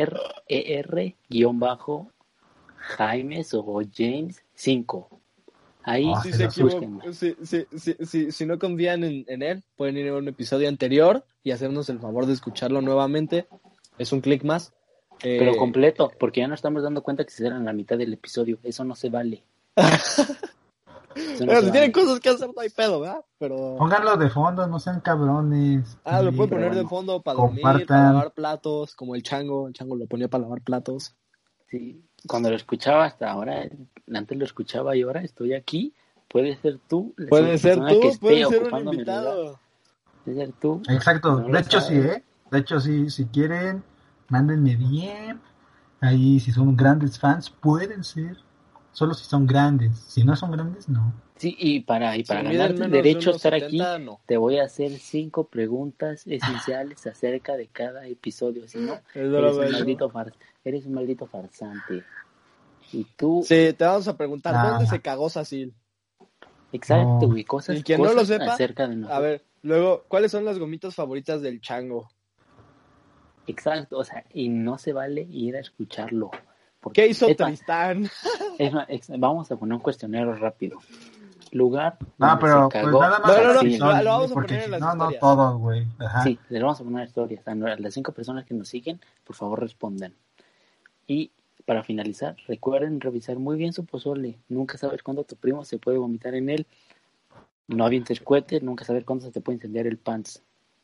Jaimes o James 5. Ahí Ah, Si se se lo equivocan, si no confían en él, pueden ir a un episodio anterior y hacernos el favor de escucharlo nuevamente. Es un clic más. pero completo, porque ya nos estamos dando cuenta que se en la mitad del episodio. Eso no se vale. Eso no Bueno, se si tienen vale. cosas que hacer, no hay pedo, ¿verdad? Pero. Pónganlo de fondo, no sean cabrones. Lo Sí, pueden poner pero de bueno, fondo para dormir, compartan. para lavar platos, como el chango. El chango lo ponía para lavar platos. Sí, cuando lo escuchaba hasta ahora, antes lo escuchaba y ahora estoy aquí. Puede ser tú, la Puede ser persona que tú, esté puede ser un ocupando mi lugar. invitado. Puede ser tú. Exacto. No De lo hecho, sí, sabes. De hecho, sí, si quieren, mándenme DM. Ahí, si son grandes fans, pueden ser. Solo si son grandes. Si no son grandes, no. Sí, y para Si ganarte miden el menos derecho a de estar aquí, 1.70, no. te voy a hacer 5 preguntas esenciales acerca de cada episodio. Si no, Es broma, eres un maldito farsante. Y tú, Sí, te vamos a preguntar, Ah. ¿dónde se cagó Sacil? exacto, No. güey, cosas, Y quien no lo cosas sepa, acerca de A nosotros. ver, luego, ¿cuáles son las gomitas favoritas del chango? Exacto, o sea, y no se vale ir a escucharlo. Porque, ¿Qué hizo es más, Tristán? vamos a poner un cuestionario rápido. Lugar No, donde pero se pues cagó. nada más No, cada no, episodio, lo vamos a porque poner en si las no, no historias. todos, güey. Ajá. Sí, les vamos a poner historias. A las 5 personas que nos siguen, por favor respondan. Y para finalizar, recuerden revisar muy bien su pozole. Nunca sabes cuándo tu primo se puede vomitar en él. No avientes cohetes, nunca saber cuándo se te puede incendiar el pants.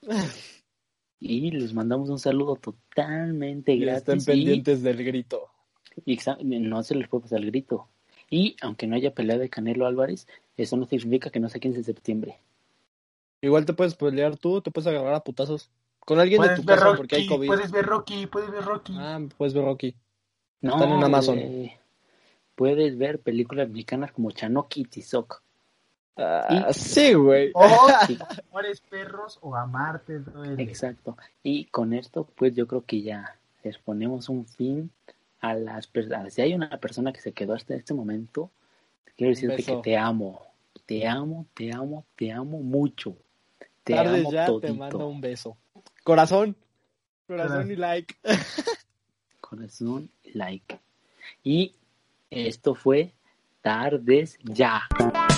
Y les mandamos un saludo totalmente Y estén gratis. pendientes del grito. No se les puede pasar el grito. Y aunque no haya pelea de Canelo Álvarez, eso no significa que no sea 15 de septiembre. Igual te puedes pelear tú, te puedes agarrar a putazos. Con alguien de Puedes tu ver casa porque hay Rocky, COVID. puedes ver Rocky. Ah, puedes ver Rocky. No, Están en Amazon. puedes ver películas mexicanas como Chanoki y Tizoc. Sí, güey. O Sí. mueres perros o amarte duele. Exacto. Y con esto, pues yo creo que ya les ponemos un fin a las personas. Si hay una persona que se quedó hasta este momento, quiero decirte beso. que te amo. Te amo mucho. Te Tardes amo ya, todito. te mando un beso. Corazón Corazón. y like. Corazón, like. Y esto fue Tardes Ya.